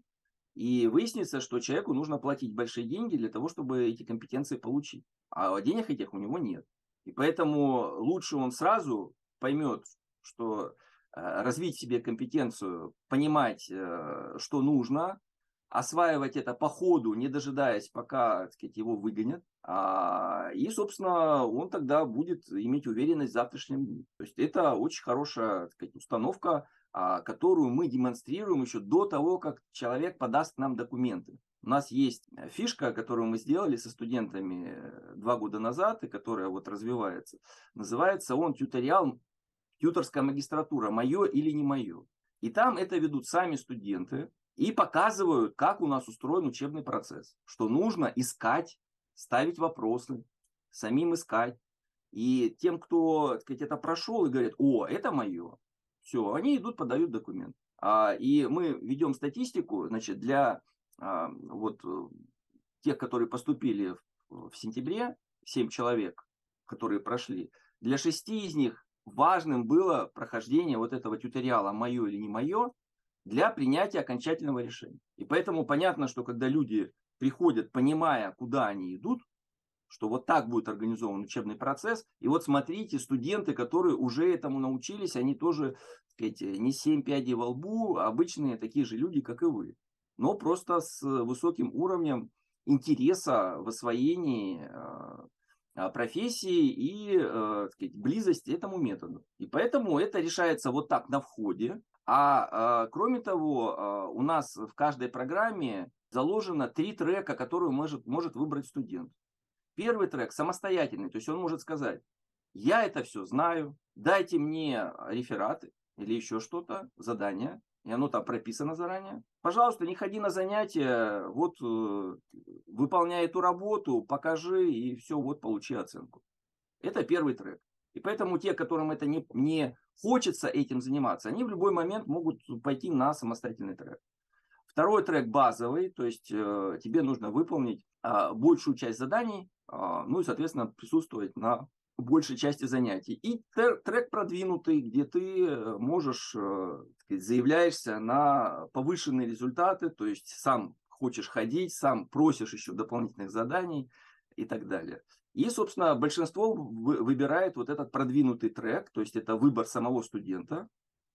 и выяснится, что человеку нужно платить большие деньги для того, чтобы эти компетенции получить. А денег этих у него нет. И поэтому лучше он сразу поймет, что э, развить в себе компетенцию, понимать, э, что нужно, осваивать это по ходу, не дожидаясь, пока, так сказать, его выгонят. А, и, собственно, он тогда будет иметь уверенность в завтрашнем дне. То есть это очень хорошая, так сказать, установка, а, которую мы демонстрируем еще до того, как человек подаст нам документы. У нас есть фишка, которую мы сделали со студентами два года назад, и которая вот развивается. Называется он тьюториал, тьюторская магистратура, мое или не мое. И там это ведут сами студенты и показывают, как у нас устроен учебный процесс. Что нужно искать, ставить вопросы, самим искать. И тем, кто, так сказать, это прошел и говорит, о, это мое, все, они идут, подают документ. А, и мы ведем статистику, значит, для а, вот тех, которые поступили в, в сентябре, семь человек, которые прошли, для шести из них важным было прохождение вот этого тьюториала «Мое или не мое» для принятия окончательного решения. И поэтому понятно, что когда люди приходят, понимая, куда они идут, что вот так будет организован учебный процесс. И вот смотрите, студенты, которые уже этому научились, они тоже, так сказать, не семь пядей во лбу, а обычные такие же люди, как и вы. Но просто с высоким уровнем интереса в освоении профессии и, так сказать, близости этому методу. И поэтому это решается вот так на входе. А кроме того, у нас в каждой программе заложено три трека, которые может, может выбрать студент. Первый трек самостоятельный, то есть он может сказать, я это все знаю, дайте мне рефераты или еще что-то, задание, и оно там прописано заранее. Пожалуйста, не ходи на занятия, вот э, выполняй эту работу, покажи, и все, вот получи оценку. Это первый трек. И поэтому те, которым это не, не хочется этим заниматься, они в любой момент могут пойти на самостоятельный трек. Второй трек базовый, то есть э, тебе нужно выполнить э, большую часть заданий, э, ну и, соответственно, присутствовать на большей части занятий. И трек, трек продвинутый, где ты можешь, э, сказать, заявляешься на повышенные результаты, то есть сам хочешь ходить, сам просишь еще дополнительных заданий и так далее. И, собственно, большинство вы, выбирает вот этот продвинутый трек, то есть это выбор самого студента.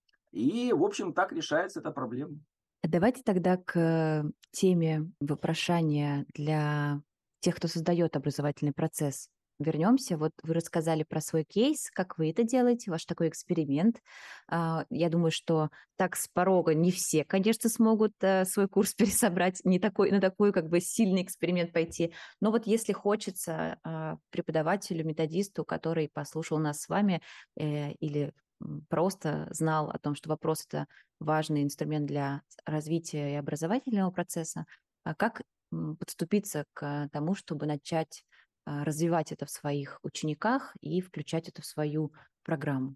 И, в общем, так решается эта проблема. Давайте тогда к теме вопрошания для тех, кто создает образовательный процесс. Вернемся. Вот вы рассказали про свой кейс, как вы это делаете, ваш такой эксперимент. Я думаю, что так с порога не все, конечно, смогут свой курс пересобрать, не такой, на такой как бы сильный эксперимент пойти. Но вот если хочется преподавателю, методисту, который послушал нас с вами или просто знал о том, что вопрос – это важный инструмент для развития и образовательного процесса, а как подступиться к тому, чтобы начать развивать это в своих учениках и включать это в свою программу?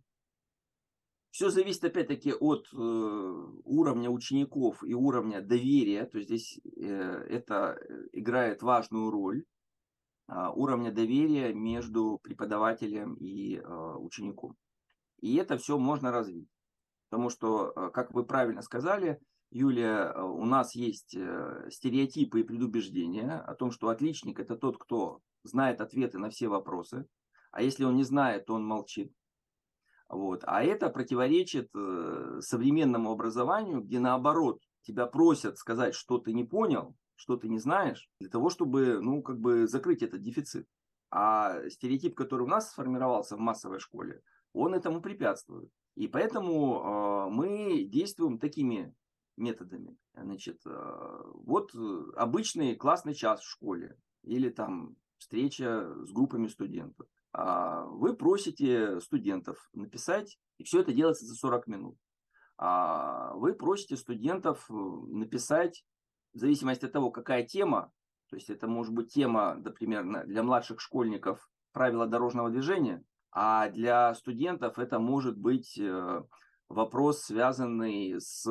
Все зависит, опять-таки, от э, уровня учеников и уровня доверия. То есть здесь э, это играет важную роль. Э, уровня доверия между преподавателем и э, учеником. И это все можно развить. Потому что, э, как вы правильно сказали, Юлия, э, у нас есть э, стереотипы и предубеждения о том, что отличник – это тот, кто знает ответы на все вопросы. А если он не знает, то он молчит. Вот. А это противоречит э, современному образованию, где наоборот тебя просят сказать, что ты не понял, что ты не знаешь, для того, чтобы, ну, как бы закрыть этот дефицит. А стереотип, который у нас сформировался в массовой школе, он этому препятствует. И поэтому мы действуем такими методами. Значит, вот обычный классный час в школе или там встреча с группами студентов. Вы просите студентов написать, и все это делается за сорок минут. Вы просите студентов написать, в зависимости от того, какая тема, то есть это может быть тема, например, для младших школьников правила дорожного движения, а для студентов это может быть вопрос, связанный с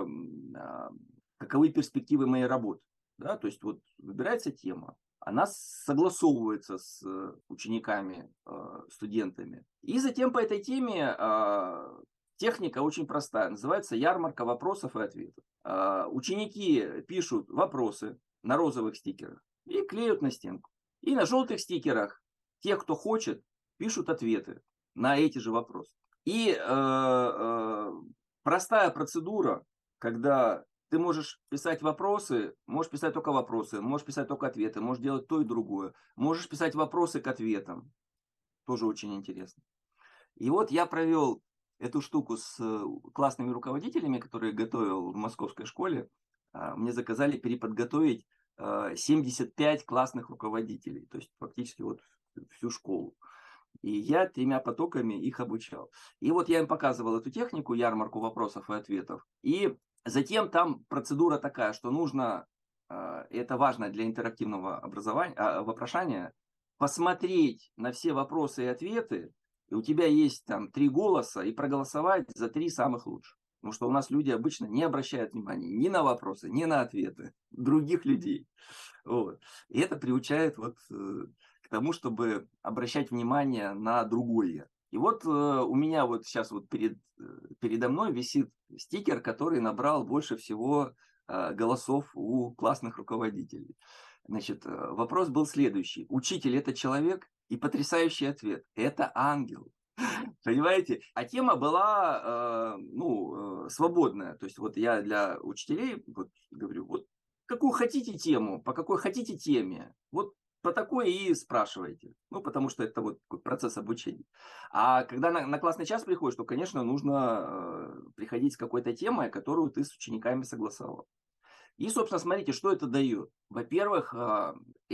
каковы перспективы моей работы. Да? То есть вот выбирается тема, она согласовывается с учениками, студентами. И затем по этой теме техника очень простая, называется ярмарка вопросов и ответов. Ученики пишут вопросы на розовых стикерах и клеют на стенку. И на желтых стикерах те, кто хочет, пишут ответы на эти же вопросы. И э, э, простая процедура, когда ты можешь писать вопросы, можешь писать только вопросы, можешь писать только ответы, можешь делать то и другое. Можешь писать вопросы к ответам. Тоже очень интересно. И вот я провел эту штуку с классными руководителями, которые готовил в московской школе. Мне заказали переподготовить семьдесят пять классных руководителей, то есть фактически вот всю школу. И я тремя потоками их обучал. И вот я им показывал эту технику, ярмарку вопросов и ответов. И затем там процедура такая, что нужно, это важно для интерактивного образования, вопрошания, посмотреть на все вопросы и ответы, и у тебя есть там три голоса, и проголосовать за три самых лучших. Потому что у нас люди обычно не обращают внимания ни на вопросы, ни на ответы других людей. Вот. И это приучает вот к тому, чтобы обращать внимание на другое. И вот у меня вот сейчас вот перед, передо мной висит стикер, который набрал больше всего голосов у классных руководителей. Значит, вопрос был следующий. Учитель – это человек? И потрясающий ответ – это ангел. Понимаете? А тема была э, ну, э, свободная. То есть вот я для учителей вот, говорю, вот какую хотите тему, по какой хотите теме, вот по такой и спрашивайте. Ну, потому что это вот процесс обучения. А когда на, на классный час приходишь, то, конечно, нужно э, приходить с какой-то темой, которую ты с учениками согласовал. И, собственно, смотрите, что это дает. Во-первых, э,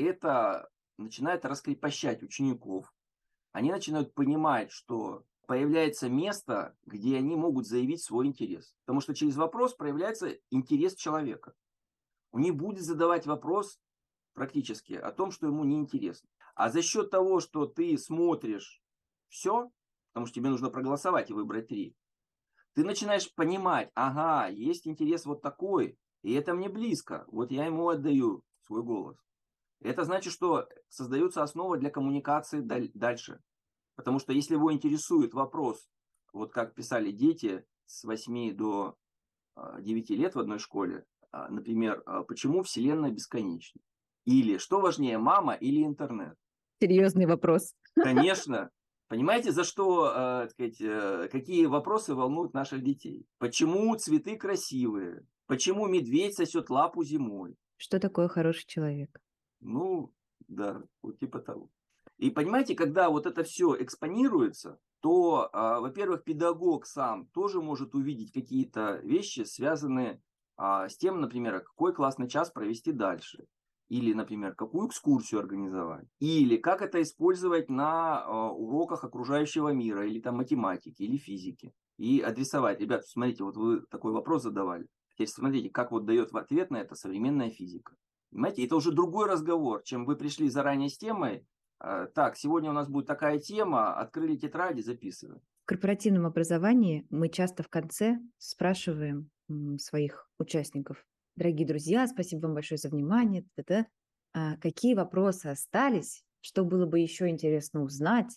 это начинает раскрепощать учеников. Они начинают понимать, что появляется место, где они могут заявить свой интерес. Потому что через вопрос проявляется интерес человека. Он не будет задавать вопрос практически о том, что ему неинтересно. А за счет того, что ты смотришь все, потому что тебе нужно проголосовать и выбрать три, ты начинаешь понимать, ага, есть интерес вот такой, и это мне близко, вот я ему отдаю свой голос. Это значит, что создается основа для коммуникации дальше. Потому что если его интересует вопрос, вот как писали дети с восьми до девяти лет в одной школе, например, почему Вселенная бесконечна? Или что важнее, мама или интернет? Серьезный вопрос. Конечно. Понимаете, за что, э, сказать, э, какие вопросы волнуют наших детей? Почему цветы красивые? Почему медведь сосет лапу зимой? Что такое хороший человек? Ну, да, вот типа того. И понимаете, когда вот это все экспонируется, то, а, во-первых, педагог сам тоже может увидеть какие-то вещи, связанные а, с тем, например, какой классный час провести дальше. Или, например, какую экскурсию организовать. Или как это использовать на а, уроках окружающего мира, или там математики, или физики. И адресовать. Ребята, смотрите, вот вы такой вопрос задавали. Теперь смотрите, как вот дает в ответ на это современная физика. Понимаете, это уже другой разговор, чем вы пришли заранее с темой. Так, сегодня у нас будет такая тема, открыли тетради, записываем. В корпоративном образовании мы часто в конце спрашиваем своих участников: дорогие друзья, спасибо вам большое за внимание. Т-т-т. А какие вопросы остались, что было бы еще интересно узнать?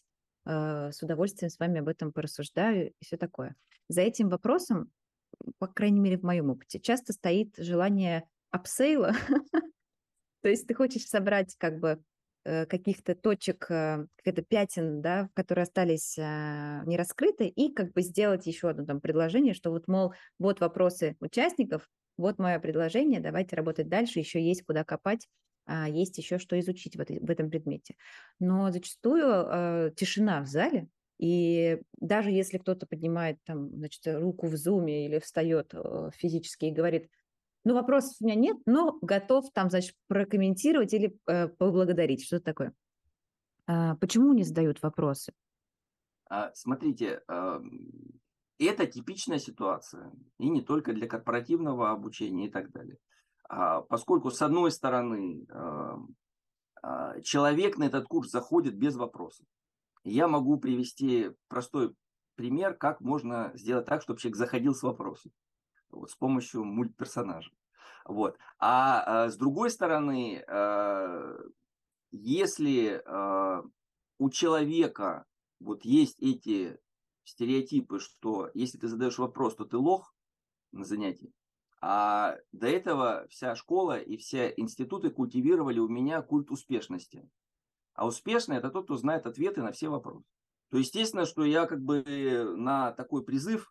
С удовольствием с вами об этом порассуждаю и все такое. За этим вопросом, по крайней мере, в моем опыте, часто стоит желание апсейла. То есть ты хочешь собрать как бы каких-то точек, каких-то пятен, да, которые остались не раскрыты, и как бы сделать еще одно там предложение, что вот, мол, вот вопросы участников, вот мое предложение, давайте работать дальше, еще есть куда копать, есть еще что изучить в, этой, в этом предмете. Но зачастую тишина в зале, И даже если кто-то поднимает там, значит, руку в зуме или встает э, физически и говорит, ну, вопросов у меня нет, но готов там, значит, прокомментировать или э, поблагодарить. Что это такое? А, почему не задают вопросы? А, Смотрите, ам, это типичная ситуация, и не только для корпоративного обучения и так далее. А, Поскольку, с одной стороны, ам, а, человек на этот курс заходит без вопросов. Я могу привести простой пример, как можно сделать так, чтобы человек заходил с вопросом. Вот, с помощью мультперсонажа. Вот. А, а с другой стороны, а, если а, у человека вот есть эти стереотипы, что если ты задаешь вопрос, то ты лох на занятии, а до этого вся школа и все институты культивировали у меня культ успешности. А успешный – это тот, кто знает ответы на все вопросы. То естественно, что я как бы на такой призыв,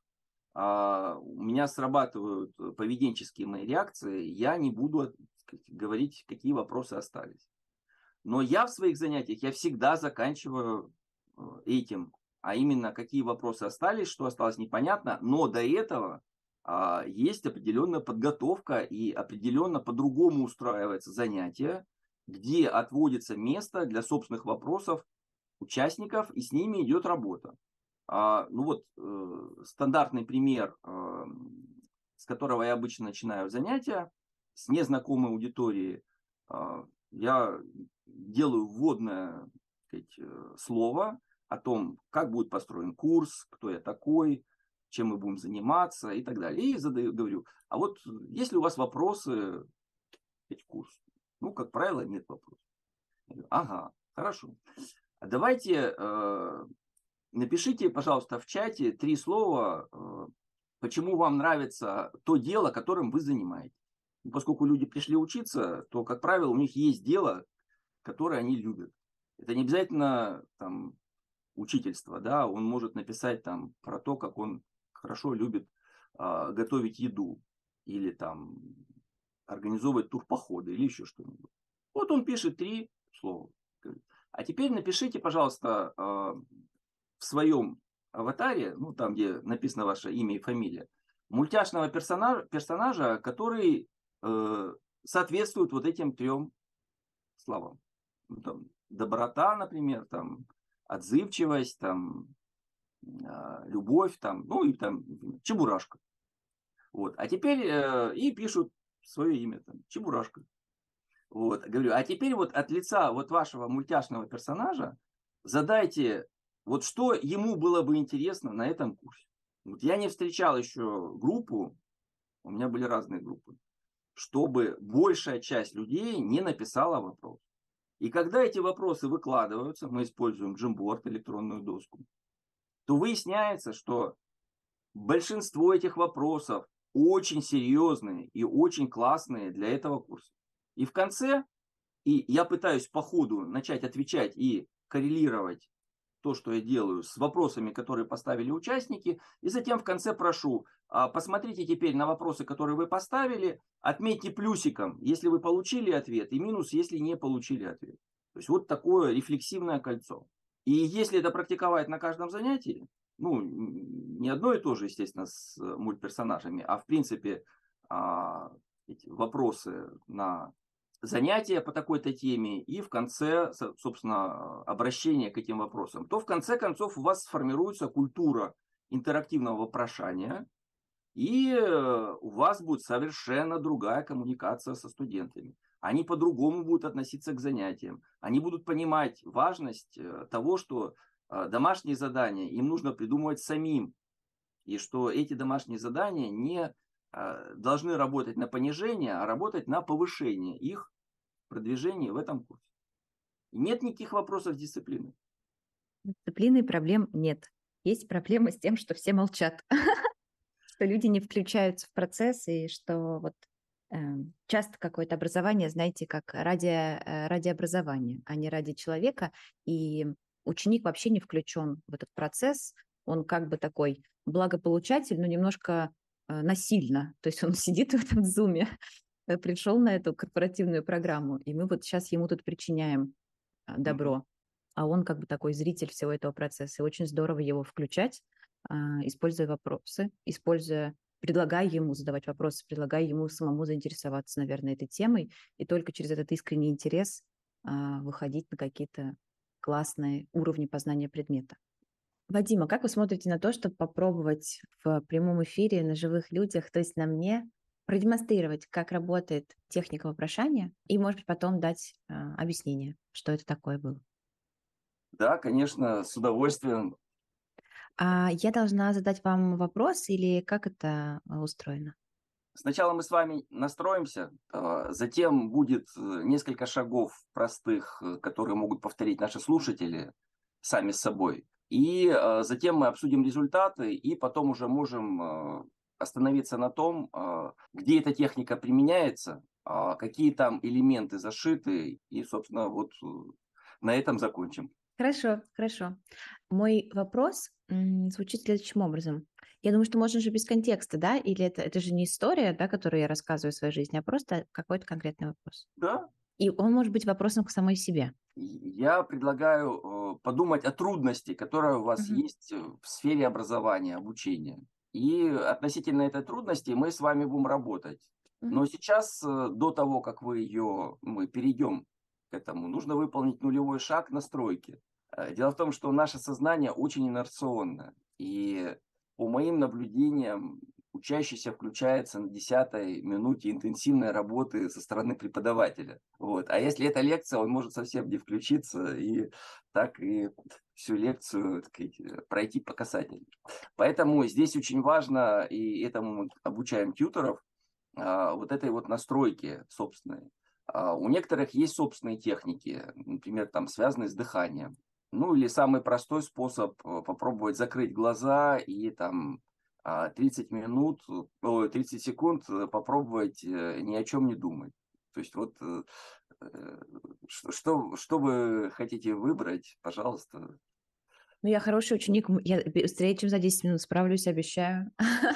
а, у меня срабатывают поведенческие мои реакции, я не буду так сказать, говорить, какие вопросы остались. Но я в своих занятиях, я всегда заканчиваю э, этим, а именно, какие вопросы остались, что осталось непонятно, но до этого а, есть определенная подготовка и определенно по-другому устраивается занятие, где отводится место для собственных вопросов участников, и с ними идет работа. А, ну вот, э, стандартный пример, э, с которого я обычно начинаю занятия, с незнакомой аудиторией, э, я делаю вводное так сказать, э, слово о том, как будет построен курс, кто я такой, чем мы будем заниматься и так далее. И задаю, говорю, а вот есть ли у вас вопросы к курсу? Ну, как правило, нет вопросов. Я говорю, ага, хорошо. А давайте э, напишите, пожалуйста, в чате три слова, э, почему вам нравится то дело, которым вы занимаетесь. Ну, поскольку люди пришли учиться, то, как правило, у них есть дело, которое они любят. Это не обязательно там, учительство, да, он может написать там про то, как он хорошо любит а, готовить еду или там организовывать турпоходы или еще что-нибудь. Вот он пишет три слова. А теперь напишите, пожалуйста, а, в своем аватаре, ну там, где написано ваше имя и фамилия, мультяшного персонажа, персонажа который э, соответствует вот этим трем словам. Ну, там, доброта, например, там, отзывчивость, там, э, любовь, там, ну и там Чебурашка. Вот. А теперь э, и пишут свое имя, там, Чебурашка. Вот. Говорю, а теперь вот от лица вот вашего мультяшного персонажа задайте, вот что ему было бы интересно на этом курсе. Вот я не встречал еще группу, у меня были разные группы, чтобы большая часть людей не написала вопрос. И когда эти вопросы выкладываются, мы используем Jamboard, электронную доску, то выясняется, что большинство этих вопросов очень серьезные и очень классные для этого курса. И в конце, и я пытаюсь по ходу начать отвечать и коррелировать то, что я делаю, с вопросами, которые поставили участники. И затем в конце прошу, посмотрите теперь на вопросы, которые вы поставили, отметьте плюсиком, если вы получили ответ, и минус, если не получили ответ. То есть вот такое рефлексивное кольцо. И если это практиковать на каждом занятии, ну, не одно и то же, естественно, с мультперсонажами, а в принципе эти вопросы на занятия по такой-то теме и в конце, собственно, обращение к этим вопросам, то в конце концов у вас сформируется культура интерактивного вопрошания, и у вас будет совершенно другая коммуникация со студентами. Они по-другому будут относиться к занятиям. Они будут понимать важность того, что домашние задания им нужно придумывать самим. И что эти домашние задания не должны работать на понижение, а работать на повышение их продвижения в этом курсе. И нет никаких вопросов дисциплины. Дисциплины проблем нет. Есть проблема с тем, что все молчат, что люди не включаются в процесс, и что вот э, часто какое-то образование, знаете, как ради, э, ради образования, а не ради человека, и ученик вообще не включен в этот процесс, он как бы такой благополучатель, но немножко э, насильно, то есть он сидит в этом зуме, пришел на эту корпоративную программу, и мы вот сейчас ему тут причиняем добро. а он как бы такой зритель всего этого процесса. И очень здорово его включать, а, используя вопросы, используя, предлагая ему задавать вопросы, предлагая ему самому заинтересоваться, наверное, этой темой, и только через этот искренний интерес а, выходить на какие-то классные уровни познания предмета. Вадим, а как вы смотрите на то, чтобы попробовать в прямом эфире на живых людях, то есть на мне, продемонстрировать, как работает техника вопрошания, и, может быть, потом дать а, объяснение, что это такое было? Да, конечно, с удовольствием. А я должна задать вам вопрос или как это а, устроено? Сначала мы с вами настроимся, а, затем будет э, несколько шагов простых, э, которые могут повторить наши слушатели сами с собой. И а, затем мы обсудим результаты, и потом уже можем а, остановиться на том, а, где эта техника применяется, а, какие там элементы зашиты, и, собственно, вот э, на этом закончим. Хорошо, хорошо. Мой вопрос м, звучит следующим образом. Я думаю, что можно же без контекста, да? Или это, это же не история, да, которую я рассказываю о своей жизни, а просто какой-то конкретный вопрос. Да, И он может быть вопросом к самой себе. я предлагаю э, подумать о трудности, которая у вас Мгм. есть э, в сфере образования, обучения. И относительно этой трудности мы с вами будем работать. Мгм. Но сейчас, э, до того, как вы ее, мы перейдем к этому, нужно выполнить нулевой шаг настройки. Э, Дело в том, что наше сознание очень инерционно. И по моим наблюдениям, учащийся включается на десятой минуте интенсивной работы со стороны преподавателя. Вот. А если это лекция, он может совсем не включиться и так и всю лекцию, так сказать, пройти по касательной. Поэтому здесь очень важно, и этому мы обучаем тьюторов, а, вот этой вот настройки собственной. А, У некоторых есть собственные техники, например, там связанные с дыханием. Ну или самый простой способ э, попробовать закрыть глаза и там а, тридцать минут, ой, тридцать секунд э, попробовать э, ни о чем не думать. То есть вот э, э, что, что что вы хотите выбрать, пожалуйста. Ну, я хороший ученик, м, я быстрее, чем за десять минут справлюсь, обещаю.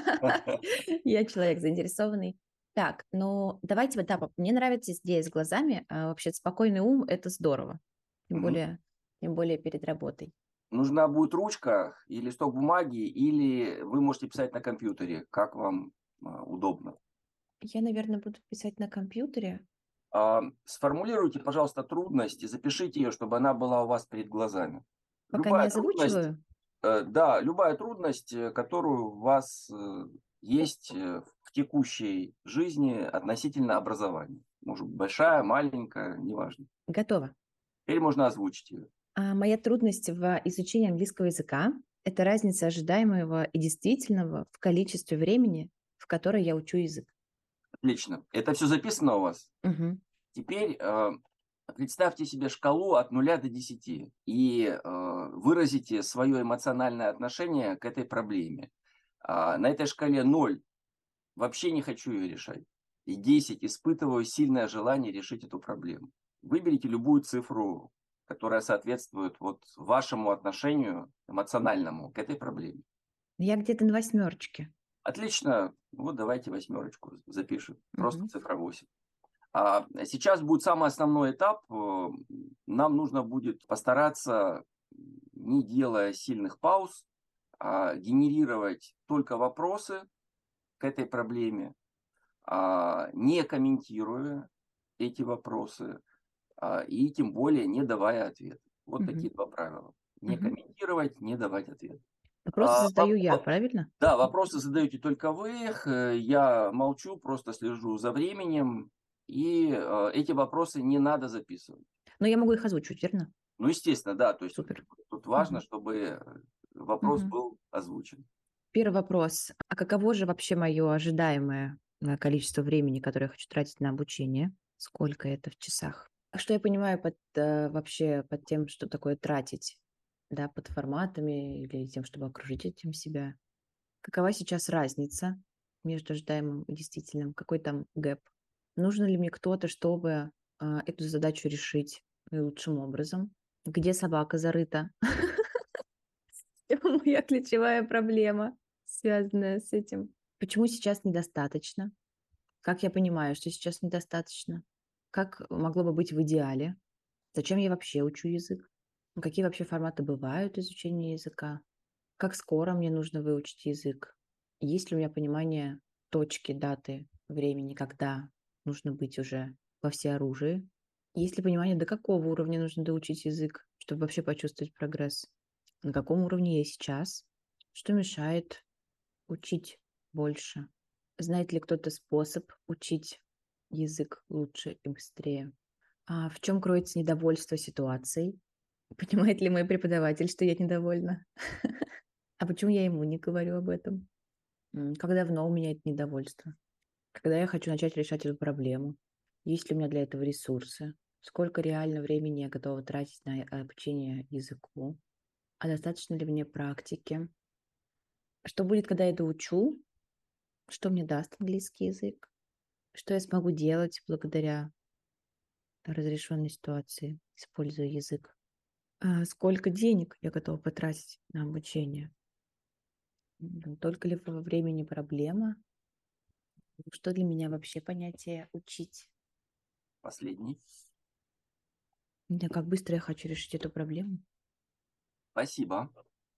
Я человек заинтересованный. Так, ну давайте вот, да, поп- мне нравится идея с глазами. а, Вообще спокойный ум– это здорово. Тем Мгм. более, тем более перед работой. Нужна будет ручка и листок бумаги, или вы можете писать на компьютере, как вам а, удобно. Я, наверное, буду писать на компьютере. А, Сформулируйте, пожалуйста, трудность и запишите ее, чтобы она была у вас перед глазами. Пока не Любая трудность, озвучиваю. э, да, любая трудность, э, которую у вас э, есть э, в текущей жизни относительно образования. Может быть, большая, маленькая, неважно. Готово. Теперь можно озвучить ее. А, Моя трудность в изучении английского языка– это разница ожидаемого и действительного в количестве времени, в которое я учу язык. Отлично. Это все записано у вас? Мгм. Теперь э, представьте себе шкалу от нуля до десяти и э, выразите свое эмоциональное отношение к этой проблеме. А, на этой шкале ноль вообще не хочу ее решать. И десять испытываю сильное желание решить эту проблему. Выберите любую цифру, которая соответствует вот вашему отношению эмоциональному к этой проблеме. Я где-то на восьмерочке. Отлично. Вот давайте восьмерочку запишем. Просто Мгм. цифра восемь. А сейчас будет самый основной этап. Э, Нам нужно будет постараться, не делая сильных пауз, а генерировать только вопросы к этой проблеме, а, не комментируя эти вопросы, а, и тем более не давая ответ. Вот Мгм. такие два правила. Не Мгм. комментировать, не давать ответ. Вопросы А, задаю воп- я, воп- правильно? Да, вопросы задаете только вы, их, э, я молчу, просто слежу за временем, и э, эти вопросы не надо записывать. Но я могу их озвучивать, верно? Ну, естественно, да, то есть тут, Супер. тут важно, Мгм. чтобы э, вопрос Мгм. был озвучен. Первый вопрос. А каково же вообще мое ожидаемое э, количество времени, которое я хочу тратить на обучение? Сколько это в часах? А что я понимаю под э, вообще под тем, что такое тратить? Да, под форматами или тем, чтобы окружить этим себя? Какова сейчас разница между ожидаемым и действительным? Какой там гэп? Нужно ли мне кто-то, чтобы а, эту задачу решить наилучшим образом? Где собака зарыта? Моя ключевая проблема, связанная с этим. Почему сейчас недостаточно? Как я понимаю, что сейчас недостаточно? Как могло бы быть в идеале? Зачем я вообще учу язык? Какие вообще форматы бывают изучения языка? Как скоро мне нужно выучить язык? Есть ли у меня понимание точки, даты, времени, когда нужно быть уже во всеоружии? Есть ли понимание, до какого уровня нужно доучить язык, чтобы вообще почувствовать прогресс? На каком уровне я сейчас? Что мешает учить больше? Знает ли кто-то способ учить язык лучше и быстрее? А в чем кроется недовольство ситуацией? Понимает ли мой преподаватель, что я недовольна? А почему я ему не говорю об этом? М, Как давно у меня это недовольство? Когда я хочу начать решать эту проблему? Есть ли у меня для этого ресурсы? Сколько реально времени я готова тратить на э, обучение языку? А достаточно ли мне практики? Что будет, когда я доучу? Что мне даст английский язык? Что я смогу делать благодаря разрешенной ситуации, используя язык? А сколько денег я готова потратить на обучение? М, Только ли во времени проблема? Что для меня вообще понятие учить? Последний. Да, как быстро я хочу решить эту проблему? Спасибо.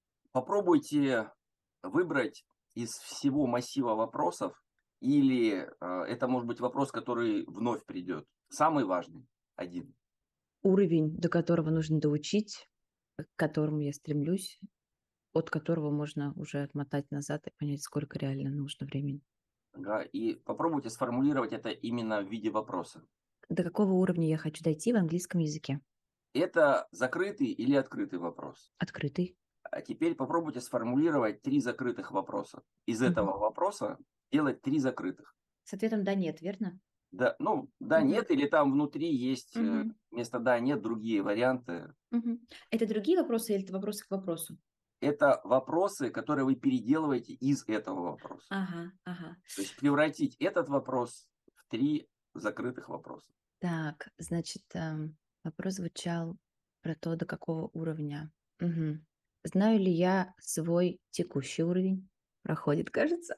Попробуйте выбрать из всего массива вопросов, или э, это может быть вопрос, который вновь придет. Самый важный, один. Уровень, до которого нужно доучить, к которому я стремлюсь, от которого можно уже отмотать назад и понять, сколько реально нужно времени. Да, и попробуйте сформулировать это именно в виде вопроса. До какого уровня я хочу дойти в английском языке? Это закрытый или открытый вопрос? Открытый. А теперь попробуйте сформулировать три закрытых вопроса. Из Мгм. этого вопроса делать три закрытых. С ответом «да», «нет», верно? Да, ну, да, Мгм. нет, или там внутри есть э, Мгм. вместо да, нет другие варианты. Мгм. Это другие вопросы или это вопросы к вопросу? Это вопросы, которые вы переделываете из этого вопроса. Ага, ага. То есть превратить этот вопрос в три закрытых вопроса. Так, значит, эм, вопрос звучал про то, до какого уровня. Мгм. Знаю ли я свой текущий уровень? Проходит, кажется.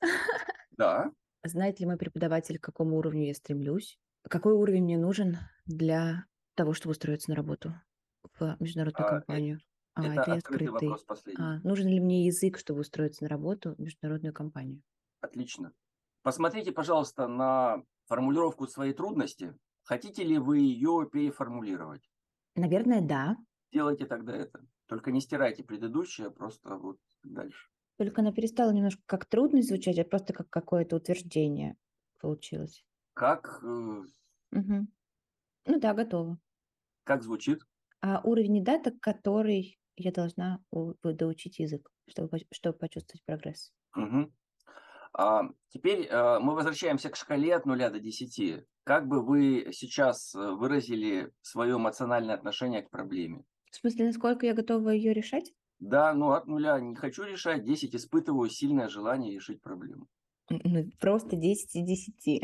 Да. Знает ли мой преподаватель, к какому уровню я стремлюсь? Какой уровень мне нужен для того, чтобы устроиться на работу в международную а, э- компанию? А, Это это и открытый вопрос открытый. последний. А, нужен ли мне язык, чтобы устроиться на работу в международную компанию? Отлично. Посмотрите, пожалуйста, на формулировку своей трудности. Хотите ли вы ее переформулировать? Наверное, да. Делайте тогда это. Только не стирайте предыдущее, просто вот дальше. Только она перестала немножко как трудность звучать, а просто как какое-то утверждение получилось. Как, э, Мгм. Ну да, готова. как звучит? А уровень и дата, который я должна у- доучить язык, чтобы, поч- чтобы почувствовать прогресс. Мгм. А, теперь э, мы возвращаемся к шкале от нуля до десяти. Как бы вы сейчас э, выразили свое эмоциональное отношение к проблеме? В смысле, насколько я готова ее решать? Да, ну от нуля не хочу решать, десять испытываю сильное желание решить проблему. М, ну, просто десять из десяти.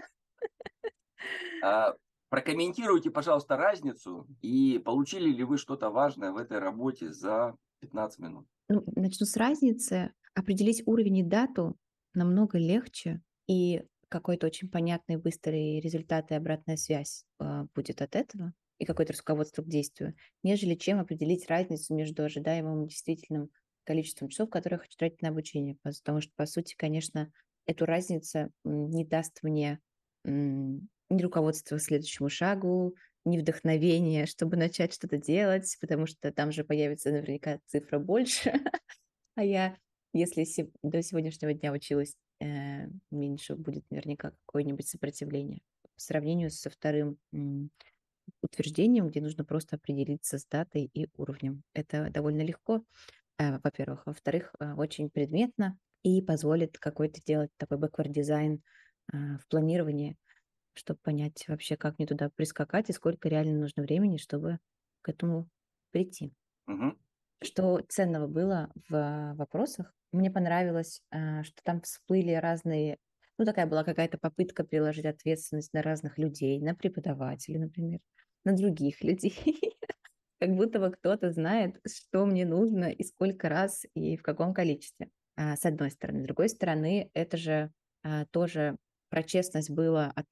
А, прокомментируйте, пожалуйста, разницу и получили ли вы что-то важное в этой работе за пятнадцать минут. Ну, начну с разницы. Определить уровень и дату намного легче, и какой-то очень понятный, быстрый результат и обратная связь а, будет от этого, и какое-то руководство к действию, нежели чем определить разницу между ожидаемым и действительным количеством часов, которые я хочу тратить на обучение. Потому что, по сути, конечно, эту разницу м, не даст мне м, ни руководство к следующему шагу, ни вдохновения, чтобы начать что-то делать, потому что там же появится наверняка цифра больше, а я, если се- до сегодняшнего дня училась э, меньше, будет наверняка какое-нибудь сопротивление. По сравнению со вторым м, утверждением, где нужно просто определиться с датой и уровнем. Это довольно легко, э, во-первых. Во-вторых, э, очень предметно и позволит какой-то делать такой backward дизайн в планировании, чтобы понять вообще, как мне туда прискакать и сколько реально нужно времени, чтобы к этому прийти. Мгм. Что ценного было в вопросах? Мне понравилось, а, что там всплыли разные, ну, такая была какая-то попытка переложить ответственность на разных людей, на преподавателей, например, на других людей. Как будто бы кто-то знает, что мне нужно и сколько раз и в каком количестве. А, С одной стороны. С другой стороны, это же а, тоже про честность было о том,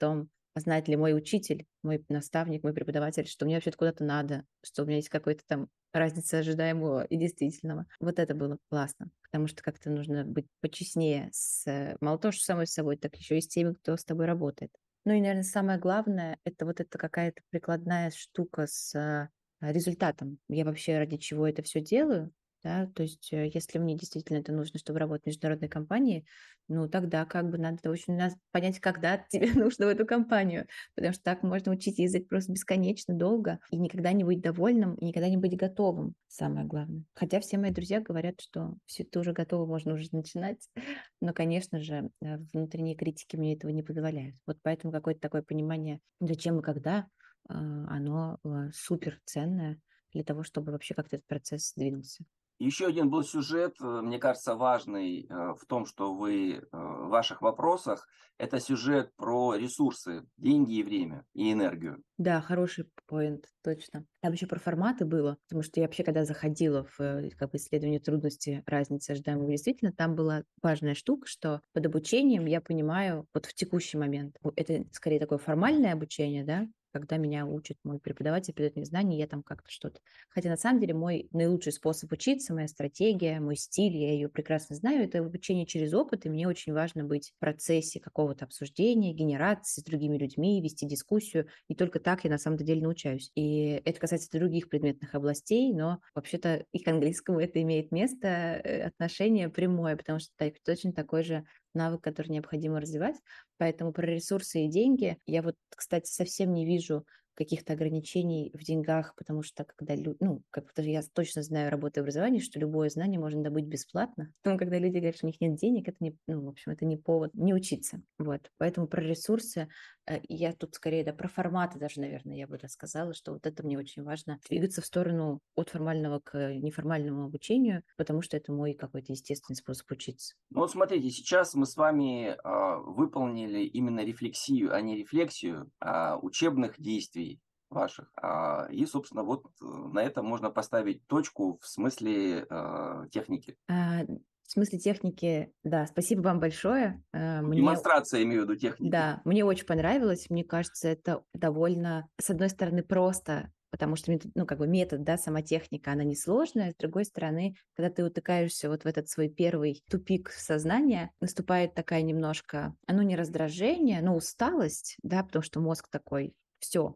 знает ли мой учитель, мой наставник, мой преподаватель, что мне вообще-то куда-то надо, что у меня есть какой-то там разница ожидаемого и действительного. Вот это было классно, потому что как-то нужно быть почестнее с э, мало того, что самой собой, так еще и с теми, кто с тобой работает. Ну и, наверное, самое главное, это вот эта какая-то прикладная штука с э, результатом. Я вообще ради чего это все делаю, да, то есть э, если мне действительно это нужно, чтобы работать в международной компании, ну тогда как бы надо очень нас- понять, когда тебе нужно в эту компанию, потому что так можно учить язык просто бесконечно долго и никогда не быть довольным, и никогда не быть готовым, самое главное. Хотя все мои друзья говорят, что все это уже готово, можно уже начинать, но, конечно же, э, внутренние критики мне этого не позволяют. Вот поэтому какое-то такое понимание, зачем и когда, э, оно э, супер ценное для того, чтобы вообще как-то этот процесс двинулся. Еще один был сюжет, э, мне кажется, важный э, в том, что вы э, в ваших вопросах, это сюжет про ресурсы, деньги и время, и энергию. Да, хороший поинт, точно. Там еще про форматы было, потому что я вообще, когда заходила в э, как бы исследование трудности, разницы ожидаемого действительно, там была важная штука, что под обучением я понимаю вот в текущий момент. У- Это скорее такое формальное обучение, да, когда меня учит мой преподаватель, передает мне знания, я там как-то что-то. Хотя на самом деле мой наилучший способ учиться, моя стратегия, мой стиль, я ее прекрасно знаю, это обучение через опыт, и мне очень важно быть в процессе какого-то обсуждения, генерации с другими людьми, вести дискуссию, и только так я на самом деле научаюсь. И это касается других предметных областей, но вообще-то и к английскому это имеет место, э, отношение прямое, потому что это точно такой же навык, который необходимо развивать. Поэтому про ресурсы и деньги я вот, кстати, совсем не вижу каких-то ограничений в деньгах, потому что когда люди, ну, как бы я точно знаю, работая в образовании, что любое знание можно добыть бесплатно. Но когда люди говорят, что у них нет денег, это не, ну, в общем, это не повод не учиться. Вот. Поэтому про ресурсы э, я тут скорее, да, про форматы даже, наверное, я бы рассказала, что вот это мне очень важно, двигаться в сторону от формального к неформальному обучению, потому что это мой какой-то естественный способ учиться. Ну вот смотрите, сейчас мы с вами а, выполнили именно рефлексию, а не рефлексию а, учебных действий ваших. А, и, собственно, вот э, на этом можно поставить точку в смысле а, техники. А, в смысле техники, да, спасибо вам большое. А, Ну, Мне демонстрация, имею в виду, техники. Да, мне очень понравилось. Мне кажется, это довольно, с одной стороны, просто, потому что, метод- ну, как бы метод, да, сама техника, она несложная. С другой стороны, когда ты утыкаешься вот в этот свой первый тупик сознания, наступает такая немножко, ну, не раздражение, но усталость, да, потому что мозг такой, все,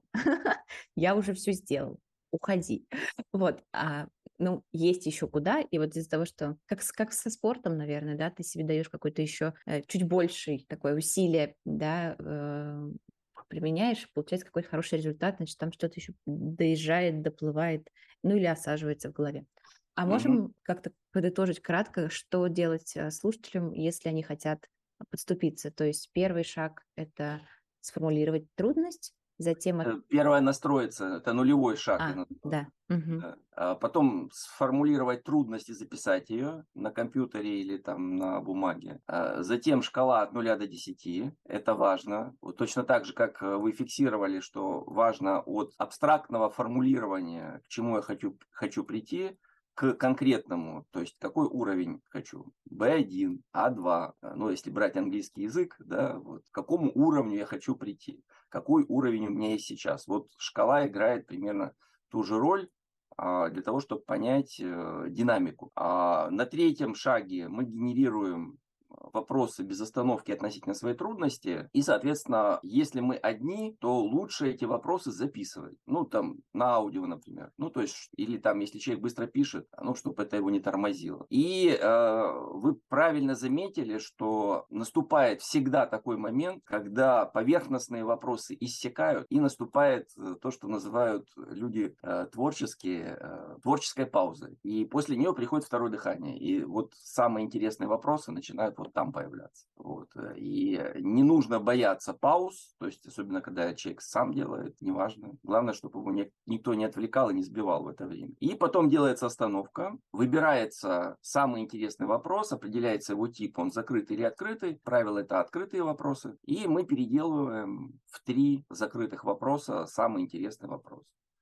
я уже все сделал, уходи. Вот, а ну, есть еще куда, и вот из-за того, что, как, с- как со спортом, наверное, да, ты себе даешь какой-то еще э, чуть больший такое усилие, да, э, применяешь, получается какой-то хороший результат, значит, там что-то еще доезжает, доплывает, ну или осаживается в голове. А Мгм. можем как-то подытожить кратко, что делать э, слушателям, если они хотят подступиться? То есть первый шаг– это сформулировать трудность, затем... от- Э, Первое настроиться, это нулевой шаг, я А, называю. да, мгм. Да. А потом сформулировать трудность и записать ее на компьютере или там на бумаге. А затем шкала от нуля до десяти. Это важно. Вот точно так же, как э, вы фиксировали, что важно от абстрактного формулирования, к чему я хочу, хочу прийти, к конкретному, то есть какой уровень хочу, бэ один, а два, э, ну если брать английский язык, да, вот, к какому уровню я хочу прийти, какой уровень у меня есть сейчас. Вот шкала играет примерно ту же роль, а, для того, чтобы понять э, динамику. А на третьем шаге мы генерируем вопросы без остановки относительно своей трудности. И, соответственно, если мы одни, то лучше эти вопросы записывать. Ну, там, на аудио, например. Ну, то есть, или там, если человек быстро пишет, ну, чтобы это его не тормозило. И э, вы правильно заметили, что наступает всегда такой момент, когда поверхностные вопросы иссякают, и наступает э, то, что называют люди э, творческие, э, творческой паузой. И после нее приходит второе дыхание. И вот самые интересные вопросы начинают вот там появляться. Вот. И не нужно бояться пауз, то есть особенно когда человек сам делает, неважно. Главное, чтобы его не, никто не отвлекал и не сбивал в это время. И потом делается остановка, выбирается самый интересный вопрос, определяется его тип, он закрытый или открытый. Правило это открытые вопросы. И мы переделываем в три закрытых вопроса самый интересный вопрос.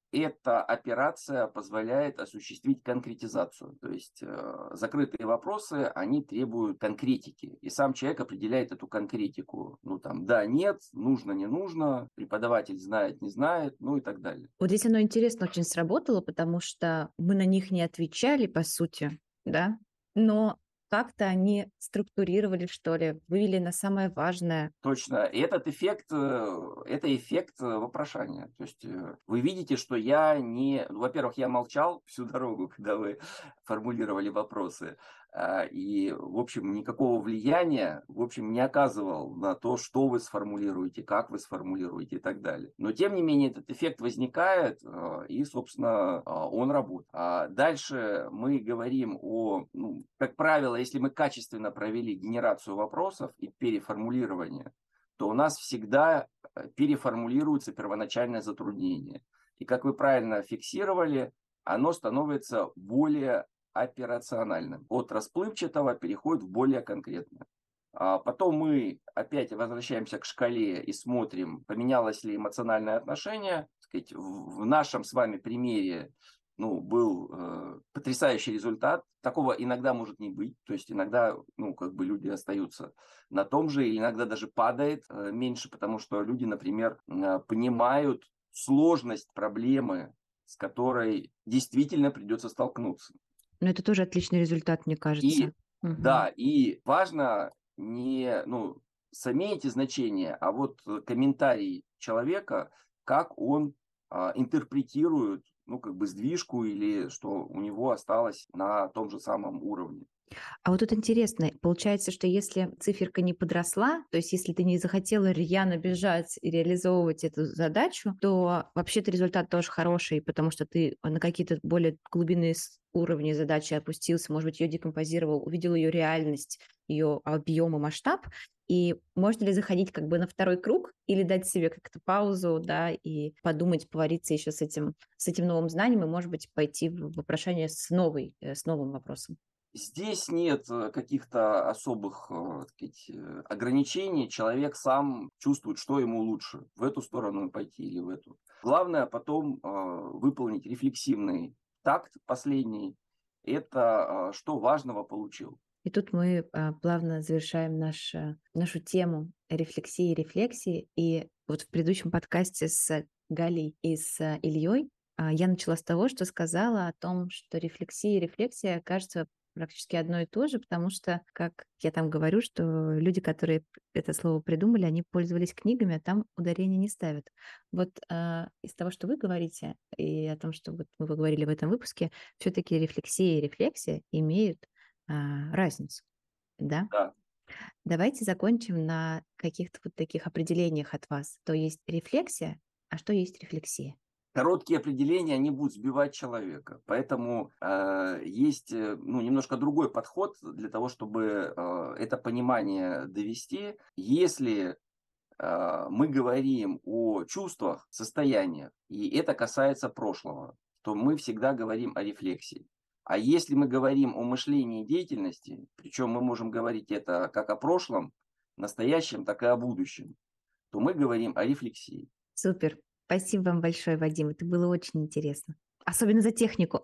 эта операция позволяет осуществить конкретизацию. То есть э, закрытые вопросы, они требуют конкретики. И сам человек определяет эту конкретику. Ну там, да, нет, нужно, не нужно, преподаватель знает, не знает, ну и так далее. Вот здесь оно интересно очень сработало, потому что мы на них не отвечали, по сути, да, но как-то они структурировали, что ли, вывели на самое важное. Точно. И этот эффект, э, это эффект э, вопрошания. То есть э, вы видите, что я не... ну, во-первых, я молчал всю дорогу, когда вы формулировали вопросы. а, И, в общем, никакого влияния, в общем, не оказывал на то, что вы сформулируете, как вы сформулируете и так далее. Но, тем не менее, этот эффект возникает, э, и, собственно, э, он работает. А дальше мы говорим о... ну, как правило, если мы качественно провели генерацию вопросов и переформулирование, то у нас всегда переформулируется первоначальное затруднение. И как вы правильно фиксировали, оно становится более операциональным. От расплывчатого переходит в более конкретное. А потом мы опять возвращаемся к шкале и смотрим, поменялось ли эмоциональное отношение. Так сказать, в нашем с вами примере ну, был э, потрясающий результат. Такого иногда может не быть. То есть иногда ну, как бы люди остаются на том же, или иногда даже падает э, меньше, потому что люди, например, э, понимают сложность проблемы, с которой действительно придется столкнуться. Но это тоже отличный результат, мне кажется. И Угу. да, и важно не ну, сами эти значения, а вот комментарий человека, как он а, интерпретирует ну, как бы сдвижку или что у него осталось на том же самом уровне. А вот тут интересно, получается, что если циферка не подросла, то есть если ты не захотела рьяно бежать и реализовывать эту задачу, то вообще-то результат тоже хороший, потому что ты на какие-то более глубинные с- уровни задачи опустился, может быть, ее декомпозировал, увидел ее реальность, ее объем и масштаб, и можно ли заходить как бы на второй круг или дать себе как-то паузу, да, и подумать, повариться еще с этим, с этим новым знанием и, может быть, пойти в вопрошение с, новой, э, с новым вопросом? Здесь нет э, каких-то особых э, так сказать, э, ограничений. Человек сам чувствует, что ему лучше, в эту сторону пойти или в эту. Главное потом э, выполнить рефлексивный такт последний. Это э, что важного получил. И тут мы а, плавно завершаем наш, а, нашу тему рефлексии и рефлексии. И вот в предыдущем подкасте с Галей и с а, Ильей а, я начала с того, что сказала о том, что рефлексия и рефлексия кажется практически одно и то же, потому что, как я там говорю, что люди, которые это слово придумали, они пользовались книгами, а там ударения не ставят. Вот а, из того, что вы говорите, и о том, что вот мы говорили в этом выпуске, все-таки рефлексия и рефлексия имеют а, разницу, да? Да. Давайте закончим на каких-то вот таких определениях от вас. То есть рефлексия, а что есть рефлексия? Короткие определения, они будут сбивать человека. Поэтому э, есть э, ну, немножко другой подход для того, чтобы э, это понимание довести. Если э, мы говорим о чувствах, состояниях, и это касается прошлого, то мы всегда говорим о рефлексии. А если мы говорим о мышлении и деятельности, причем мы можем говорить это как о прошлом, настоящем, так и о будущем, то мы говорим о рефлексии. Супер. Спасибо вам большое, Вадим. Это было очень интересно. Особенно за технику.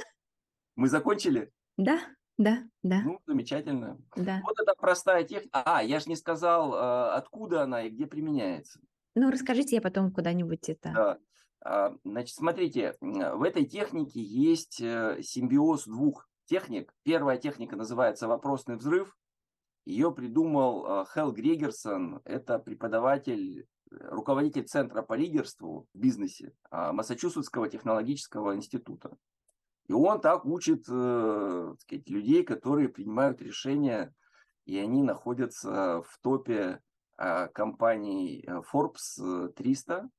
Мы закончили? Да, да, да, Ну, замечательно. да. Вот это простая техника. А, я же не сказал, э, откуда она и где применяется. Ну, расскажите, я потом куда-нибудь это... Да. А, Значит, смотрите, м, в этой технике есть э, симбиоз двух техник. Первая техника называется вопросный взрыв. Ее придумал э, Хелл Грегерсон. Это преподаватель, э, руководитель Центра по лидерству в бизнесе а, Массачусетского технологического института. И он так учит э, так сказать, людей, которые принимают решения, и они находятся в топе э, компаний э, Forbes триста.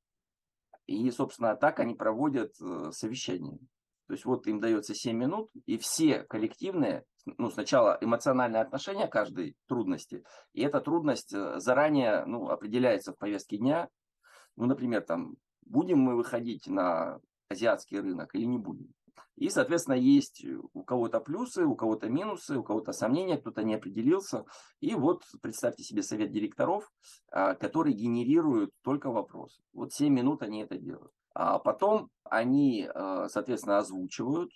И, собственно, так они проводят э, совещания. То есть вот им дается семь минут, и все коллективные, ну, сначала эмоциональное отношение к каждой трудности, и эта трудность э, заранее ну, определяется в повестке дня. Ну, например, там, будем мы выходить на азиатский рынок или не будем. И, соответственно, есть у кого-то плюсы, у кого-то минусы, у кого-то сомнения, кто-то не определился. И вот представьте себе совет директоров, а, который генерирует только вопросы. Вот семь минут они это делают. А потом они, соответственно, озвучивают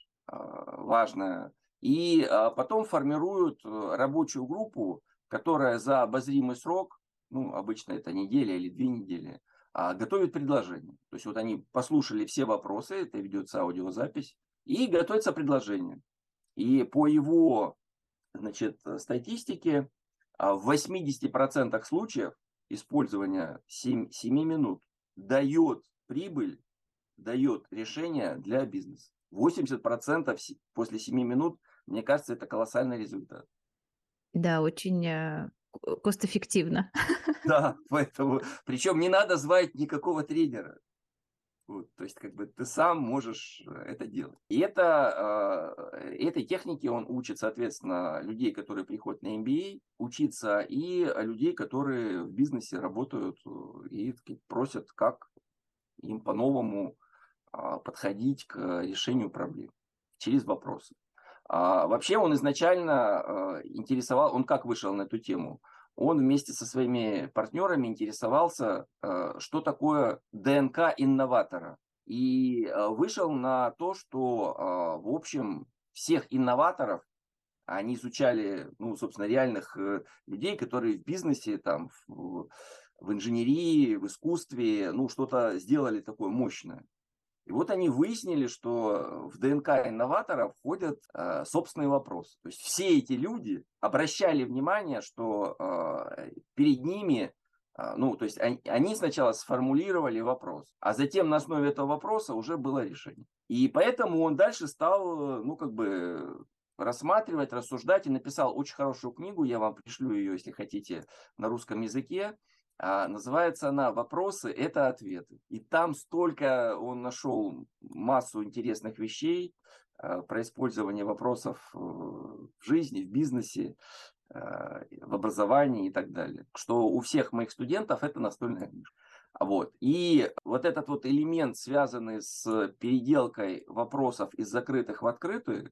важное, и потом формируют рабочую группу, которая за обозримый срок, ну, обычно это неделя или две недели, готовит предложение. То есть вот они послушали все вопросы, это ведется аудиозапись, и готовится предложение. И по его, значит, статистике в восьмидесяти процентах случаев использование семи минут дает прибыль, дает решение для бизнеса. восемьдесят процентов после семи минут, мне кажется, это колоссальный результат. Да, очень э, кост-эффективно. Да, поэтому, причем не надо звать никакого тренера. Вот, то есть, как бы ты сам можешь это делать. И это, э, этой технике он учит, соответственно, людей, которые приходят на эм би эй, учиться, и людей, которые в бизнесе работают и таки просят, как им по-новому а, подходить к решению проблем через вопросы. А, вообще он изначально а, интересовал, он как вышел на эту тему? Он вместе со своими партнерами интересовался, а, что такое ДНК инноватора. И а, вышел на то, что, а, в общем, всех инноваторов они изучали, ну, собственно, реальных э, людей, которые в бизнесе, там, в, в инженерии, в искусстве, ну, что-то сделали такое мощное. И вот они выяснили, что в ДНК инноватора входят э, собственные вопросы. То есть все эти люди обращали внимание, что э, перед ними, э, ну, то есть они, они сначала сформулировали вопрос, а затем на основе этого вопроса уже было решение. И поэтому он дальше стал, ну, как бы рассматривать, рассуждать и написал очень хорошую книгу, я вам пришлю ее, если хотите, на русском языке. А, называется она «Вопросы– это ответы». И там столько он нашел массу интересных вещей а, про использование вопросов в жизни, в бизнесе, а, в образовании и так далее. Что у всех моих студентов это настольная книжка. Вот. И вот этот вот элемент, связанный с переделкой вопросов из закрытых в открытые,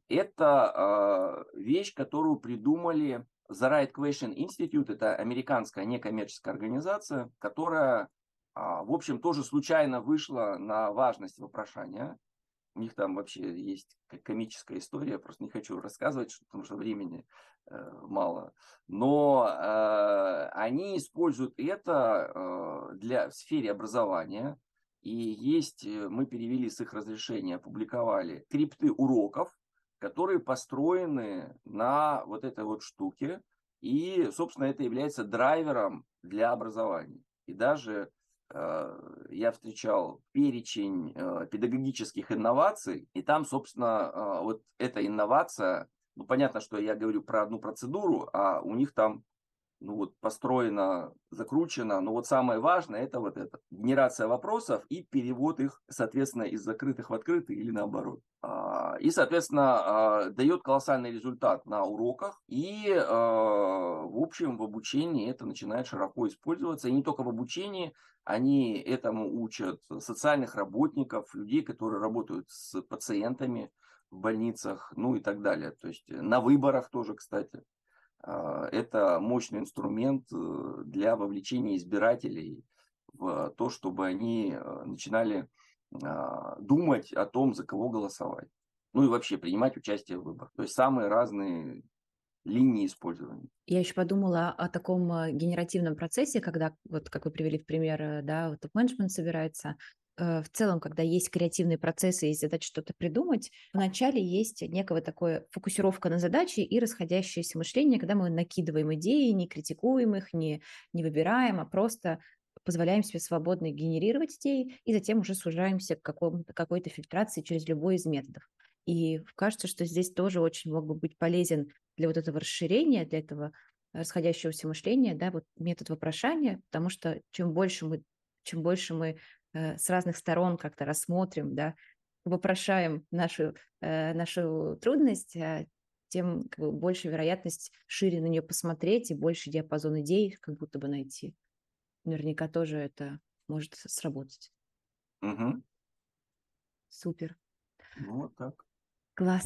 это э, вещь, которую придумали The Right Question Institute. Это американская некоммерческая организация, которая, э, в общем, тоже случайно вышла на важность вопрошания. У них там вообще есть комическая история, просто не хочу рассказывать, потому что времени э, мало. Но э, они используют это э, для, в сфере образования. И есть, мы перевели с их разрешения, опубликовали скрипты уроков, которые построены на вот этой вот штуке. И, собственно, это является драйвером для образования. И даже я встречал перечень педагогических инноваций, и там, собственно, вот эта инновация, ну, понятно, что я говорю про одну процедуру, а у них там, ну, вот построено, закручено, но вот самое важное это вот это, генерация вопросов и перевод их, соответственно, из закрытых в открытые или наоборот. И, соответственно, дает колоссальный результат на уроках, и, в общем, в обучении это начинает широко использоваться, и не только в обучении, они этому учат социальных работников, людей, которые работают с пациентами в больницах, ну и так далее. То есть на выборах тоже, кстати. Это мощный инструмент для вовлечения избирателей в то, чтобы они начинали думать о том, за кого голосовать. Ну и вообще принимать участие в выборах. То есть самые разные линии использования. Я еще подумала о таком э, генеративном процессе, когда, вот как вы привели в пример, э, да, вот топ-менеджмент собирается. Э, В целом, когда есть креативные процессы, есть задача что-то придумать, вначале есть некая такая фокусировка на задачи и расходящееся мышление, когда мы накидываем идеи, не критикуем их, не, не выбираем, а просто позволяем себе свободно генерировать идеи и затем уже сужаемся к какому-то, какой-то фильтрации через любой из методов. И кажется, что здесь тоже очень мог бы быть полезен для вот этого расширения, для этого расходящегося мышления, да, вот метод вопрошания, потому что чем больше мы, чем больше мы э, с разных сторон как-то рассмотрим, да, вопрошаем нашу, э, нашу трудность, э, тем как бы, больше вероятность шире на нее посмотреть и больше диапазон идей как будто бы найти. Наверняка тоже это может сработать. Угу. Супер. Ну вот так. Класс.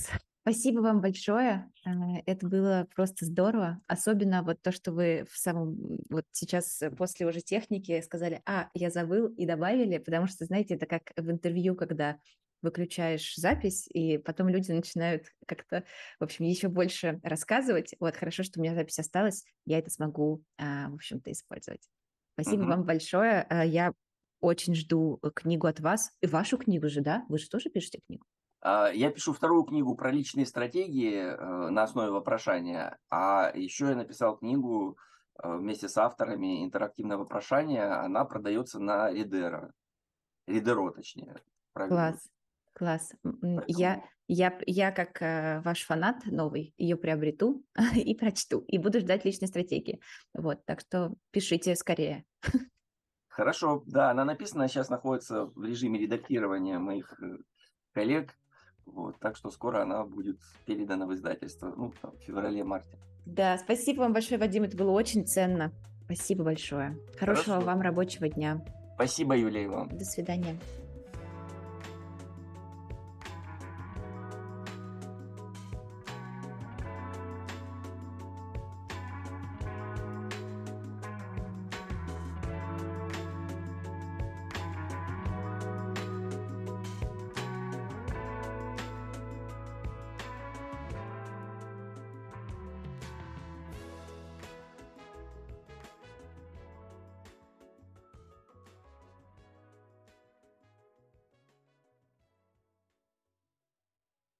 Спасибо вам большое. Это было просто здорово. Особенно вот то, что вы в самом вот сейчас после уже техники сказали, а, я забыл и добавили, потому что, знаете, это как в интервью, когда выключаешь запись, и потом люди начинают как-то, в общем, еще больше рассказывать. Вот, хорошо, что у меня запись осталась, я это смогу, в общем-то, использовать. Спасибо Мгм. вам большое. Я очень жду книгу от вас. И вашу книгу же, да? Вы же тоже пишете книгу? А, Я пишу вторую книгу про личные стратегии э, на основе вопрошания, а еще я написал книгу э, вместе с авторами «Интерактивное вопрошание». Она продается на Ридеро, Ридеро точнее, правильно. Класс, класс. М, Я, Поэтому я, я как э, ваш фанат новый ее приобрету и прочту, и буду ждать личной стратегии. Вот, так что пишите скорее. хорошо, да, она написана, сейчас находится в режиме редактирования моих э, коллег, вот, так что скоро она будет передана в издательство, ну, там, в феврале-марте. Да, спасибо вам большое, Вадим, это было очень ценно. Спасибо большое. Хорошего Хорошо, вам рабочего дня. спасибо, Юлия, и вам. До свидания.